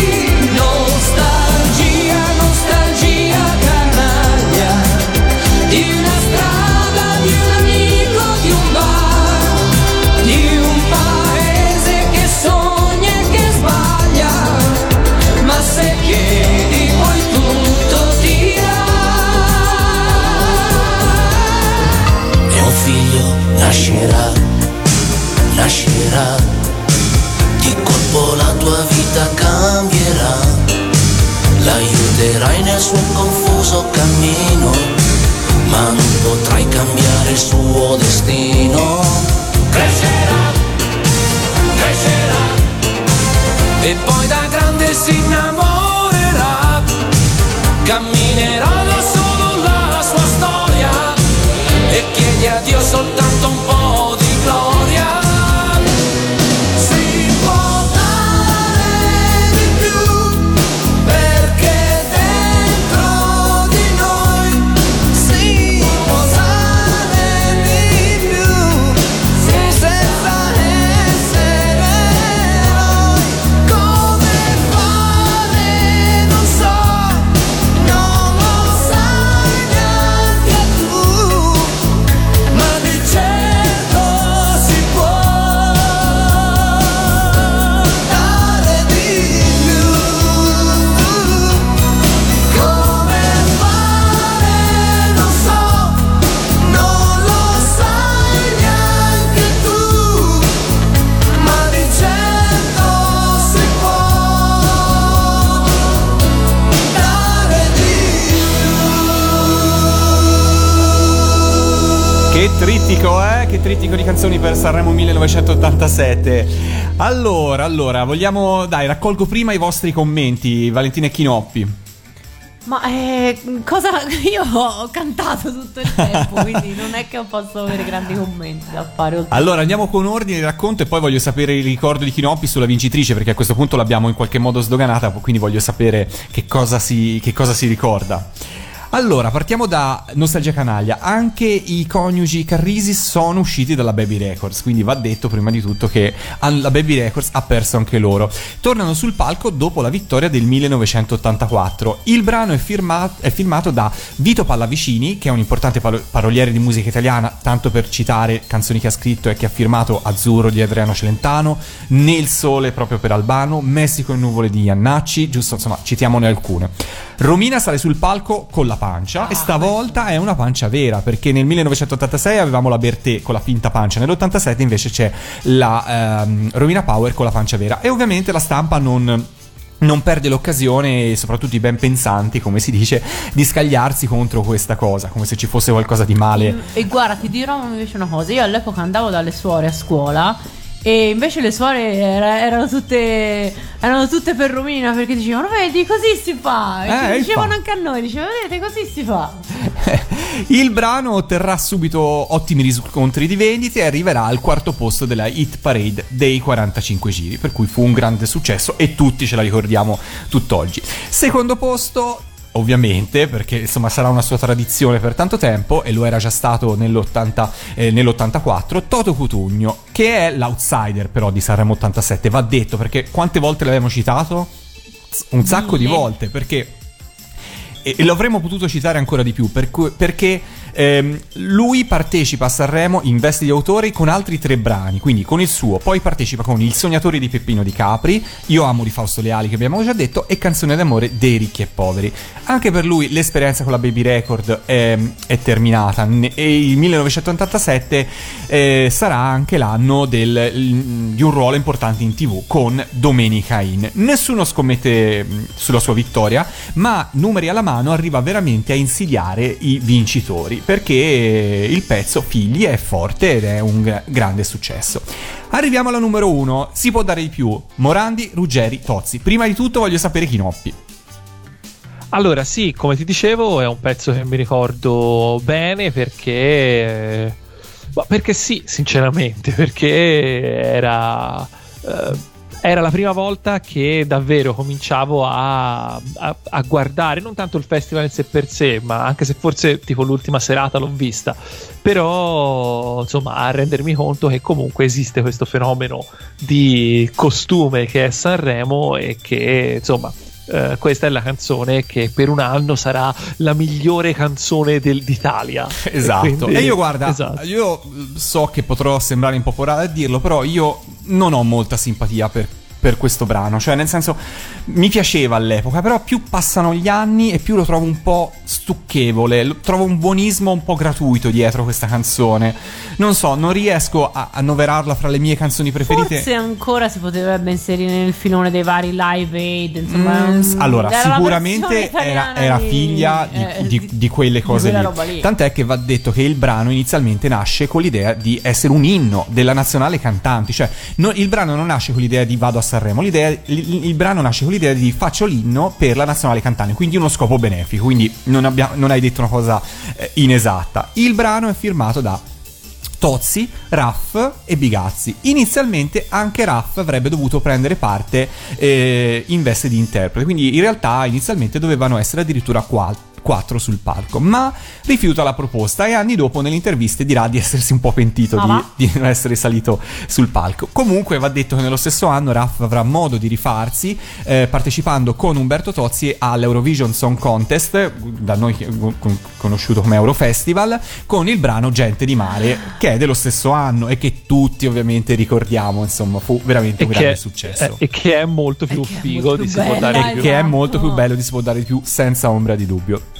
Nostalgia, nostalgia canaglia, di una strada, di un amico, di un bar, di un paese che sogna e che sbaglia, ma se chiedi poi tutto ti dà. E un figlio nascerà, nascerà, di colpo la tua vita cambierà, l'aiuterai nel suo confuso cammino, ma non potrai cambiare il suo destino. Crescerà, crescerà, e poi da grande si innamorerà, camminerà da solo la sua storia e chiedi a Dio soltanto un po' di gloria. Si può dare di più, perché dentro di noi si può dare di più, senza essere eroi, come fai trittico, eh? Che trittico di canzoni per Sanremo millenovecentottantasette. Allora, allora, vogliamo... Dai, raccolgo prima i vostri commenti, Valentina e Chinoppi. Ma eh, cosa... Io ho cantato tutto il tempo, quindi non è che posso avere grandi commenti da fare. oltre- Allora, andiamo con ordine di racconto e poi voglio sapere il ricordo di Chinoppi sulla vincitrice, perché a questo punto l'abbiamo in qualche modo sdoganata, quindi voglio sapere che cosa si, che cosa si ricorda. Allora, partiamo da Nostalgia Canaglia. Anche i coniugi Carrisi sono usciti dalla Baby Records, quindi va detto prima di tutto che la Baby Records ha perso anche loro. Tornano sul palco dopo la vittoria del millenovecentottantaquattro. Il brano è, firmato, è filmato da Vito Pallavicini, che è un importante palo- paroliere di musica italiana, tanto per citare canzoni che ha scritto e che ha firmato Azzurro di Adriano Celentano, Nel Sole proprio per Albano, Messico e Nuvole di Iannacci, giusto, insomma, citiamone alcune. Romina sale sul palco con la pancia, e stavolta è una pancia vera, perché nel millenovecentottantasei avevamo la Bertè con la finta pancia, nell'ottantasette invece c'è la ehm, Romina Power con la pancia vera, e ovviamente la stampa non... non perde l'occasione, e soprattutto i ben pensanti, come si dice, di scagliarsi contro questa cosa, come se ci fosse qualcosa di male. E guarda, ti dirò invece una cosa. Io all'epoca andavo dalle suore a scuola, e invece le suore era- erano tutte erano tutte per Romina, perché dicevano vedi così si fa, e Eh, ci dicevano fa. anche a noi, dicevano vedete così si fa. Il brano otterrà subito ottimi riscontri di vendite e arriverà al quarto posto della hit parade dei quarantacinque giri, per cui fu un grande successo e tutti ce la ricordiamo tutt'oggi. Secondo posto, ovviamente, perché insomma sarà una sua tradizione per tanto tempo, e lo era già stato nell'ottanta, eh, nell'ottantaquattro, Toto Cutugno, che è l'outsider però di Sanremo ottantasette, va detto, perché quante volte l'abbiamo citato? Un sacco di Mille. volte, perché e e lo avremmo potuto citare ancora di più, per cui- perché ehm, lui partecipa a Sanremo in veste di autore con altri tre brani, quindi con il suo, poi partecipa con Il Sognatore di Peppino Di Capri, Io amo di Fausto Leali, che abbiamo già detto, e Canzone d'amore dei ricchi e poveri. Anche per lui l'esperienza con la Baby Record è, è terminata, ne- e il millenovecentottantasette eh, sarà anche l'anno del, di un ruolo importante in tv con Domenica In. Nessuno scommette mh, sulla sua vittoria, ma numeri alla mano arriva veramente a insidiare i vincitori, perché il pezzo Figli è forte ed è un gra- grande successo. Arriviamo alla numero uno. Si può dare di più. Morandi, Ruggeri, Tozzi. Prima di tutto voglio sapere Chinoppi. Allora, sì, come ti dicevo, è un pezzo che mi ricordo bene perché. Ma perché sì, sinceramente, perché era. eh, Era la prima volta che davvero cominciavo a, a, a guardare non tanto il festival in sé per sé, ma anche se forse tipo l'ultima serata l'ho vista, però insomma a rendermi conto che comunque esiste questo fenomeno di costume che è Sanremo, e che insomma eh, questa è la canzone che per un anno sarà la migliore canzone del, d'Italia. Esatto. E, quindi- io guarda, esatto. io so che potrò sembrare impopolare a dirlo, però io non ho molta simpatia per, per questo brano, cioè nel senso mi piaceva all'epoca, però più passano gli anni e più lo trovo un po' stucchevole, lo- trovo un buonismo un po' gratuito dietro questa canzone. Non so, non riesco a annoverarla fra le mie canzoni preferite. Forse ancora si potrebbe inserire nel filone dei vari Live Aid, insomma. Mm, mm, allora, era la sicuramente versione era, italiana era di- figlia di, eh, di- di quelle cose quella lì. roba lì. Tant'è che va detto che il brano inizialmente nasce con l'idea di essere un inno della nazionale cantanti, cioè no- il brano non nasce con l'idea di vado a Sanremo, l'idea, il, il brano nasce con l'idea di faccio l'inno per la nazionale cantanti, quindi uno scopo benefico, quindi non, abbia- non hai detto una cosa eh, inesatta. Il brano è firmato da Tozzi, Raff e Bigazzi. Inizialmente anche Raff avrebbe dovuto prendere parte eh, in veste di interprete, quindi in realtà inizialmente dovevano essere addirittura quattro quattro sul palco, ma rifiuta la proposta e anni dopo nelle interviste dirà di essersi un po' pentito Ah, di, va? di non essere salito sul palco. Comunque va detto che nello stesso anno Raff avrà modo di rifarsi eh, partecipando con Umberto Tozzi all'Eurovision Song Contest, da noi con- conosciuto come Eurofestival, con il brano Gente di Mare, che è dello stesso anno e che tutti ovviamente ricordiamo, insomma fu veramente un E grande che, successo. eh, e che è molto più figo molto di più si può bella, dare di E più. che è molto più Esatto. bello di si può dare di più senza ombra di dubbio.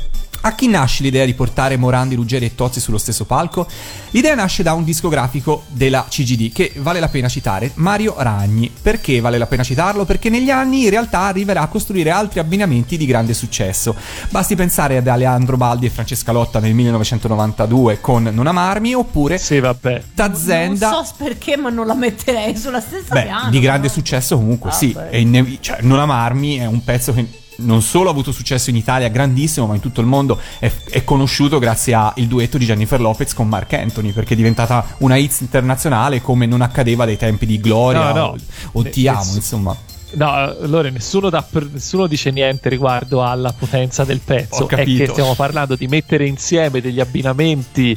A chi nasce l'idea di portare Morandi, Ruggeri e Tozzi sullo stesso palco? L'idea nasce da un discografico della C G D che vale la pena citare, Mario Ragni. Perché vale la pena citarlo? Perché negli anni in realtà arriverà a costruire altri abbinamenti di grande successo. Basti pensare ad Aleandro Baldi e Francesca Lotta nel millenovecentonovantadue con Non amarmi, oppure sì, vabbè. Tazzenda. Non so perché, ma non la metterei sulla stessa Beh, piana. di grande no? successo comunque, Ah, sì. beh. È inne- cioè, Non amarmi è un pezzo che non solo ha avuto successo in Italia grandissimo, ma in tutto il mondo è, è conosciuto grazie al duetto di Jennifer Lopez con Marc Anthony, perché è diventata una hit internazionale come non accadeva dai tempi di Gloria No, no. o, o Ti amo, insomma. No, allora nessuno, dà per- nessuno dice niente riguardo alla potenza del pezzo. Ho È capito. che stiamo parlando di mettere insieme degli abbinamenti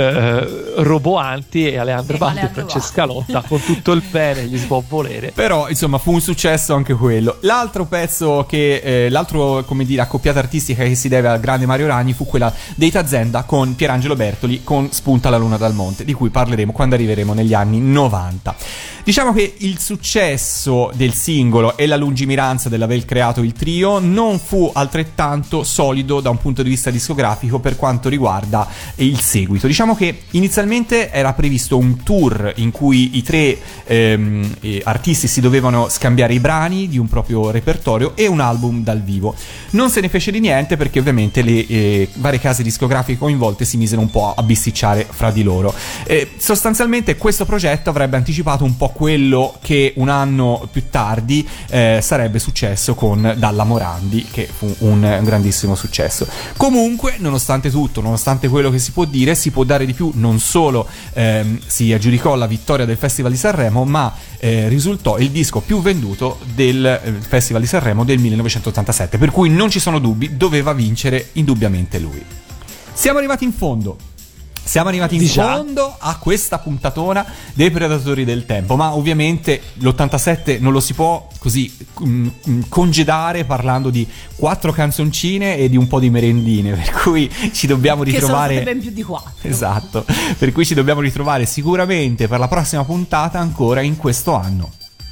eh, roboanti, e Aleandro Eh, Baldi e Aleandro Francesca Lotta con tutto il bene gli si può volere. Però insomma fu un successo anche quello. L'altro pezzo che eh, l'altro, come dire, accoppiata artistica che si deve al grande Mario Ragni fu quella dei Tazzenda con Pierangelo Bertoli con Spunta la luna dal monte, di cui parleremo quando arriveremo negli anni novanta. Diciamo che il successo del singolo e la lungimiranza dell'aver creato il trio non fu altrettanto solido da un punto di vista discografico per quanto riguarda il seguito. Diciamo che inizialmente era previsto un tour in cui i tre ehm, eh, artisti si dovevano scambiare i brani di un proprio repertorio e un album dal vivo. Non se ne fece di niente perché ovviamente le eh, varie case discografiche coinvolte si misero un po' a bisticciare fra di loro. Eh, sostanzialmente questo progetto avrebbe anticipato un po' quello che un anno più tardi eh, sarebbe successo con Dalla Morandi, che fu un, un grandissimo successo. Comunque, nonostante tutto, nonostante quello che si può dire, si può dare di più. Non solo ehm, si aggiudicò la vittoria del Festival di Sanremo, ma eh, risultò il disco più venduto del eh, Festival di Sanremo del millenovecentottantasette, per cui non ci sono dubbi, doveva vincere indubbiamente lui. Siamo arrivati in fondo. Siamo arrivati in Diciamo. fondo a questa puntatona dei Predatori del Tempo, ma ovviamente l'ottantasette non lo si può così mm, mm, congedare parlando di quattro canzoncine e di un po' di merendine, per cui ci dobbiamo ritrovare. Che sono ben più di quattro. Esatto, per cui ci dobbiamo ritrovare sicuramente per la prossima puntata ancora in questo anno.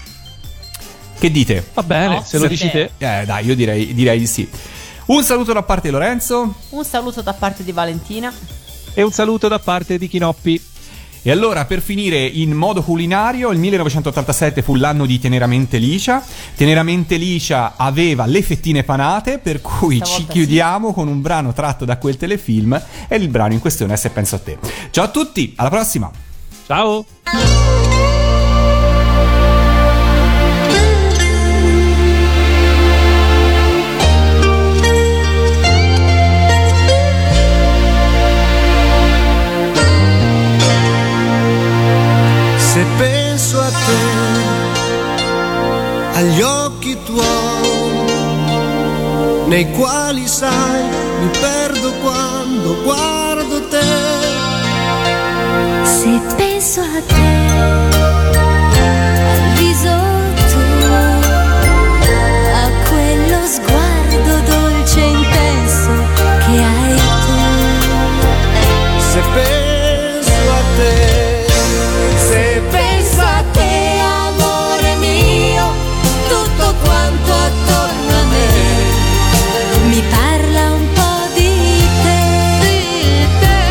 Che dite? Va bene, No, se lo sì. dici te. Eh dai, io direi, direi di sì. Un saluto da parte di Lorenzo. Un saluto da parte di Valentina. E un saluto da parte di Chinoppi. E allora, per finire in modo culinario, il millenovecentottantasette fu l'anno di Teneramente Licia. Teneramente Licia aveva le fettine panate, per cui Stavolta ci sì. chiudiamo con un brano tratto da quel telefilm, e il brano in questione è Se penso a te. Ciao a tutti, alla prossima! Ciao! Se penso a te, agli occhi tuoi, nei quali sai, mi perdo quando guardo te. Se penso a te, al viso tuo, a quello sguardo dolce e intenso che hai tu. Se penso a te, Se penso a te, amore mio, tutto quanto attorno a me mi parla un po' di te, di te.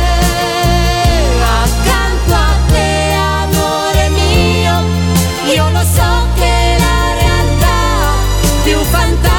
Accanto a te, amore mio, io lo so che la realtà più fantastica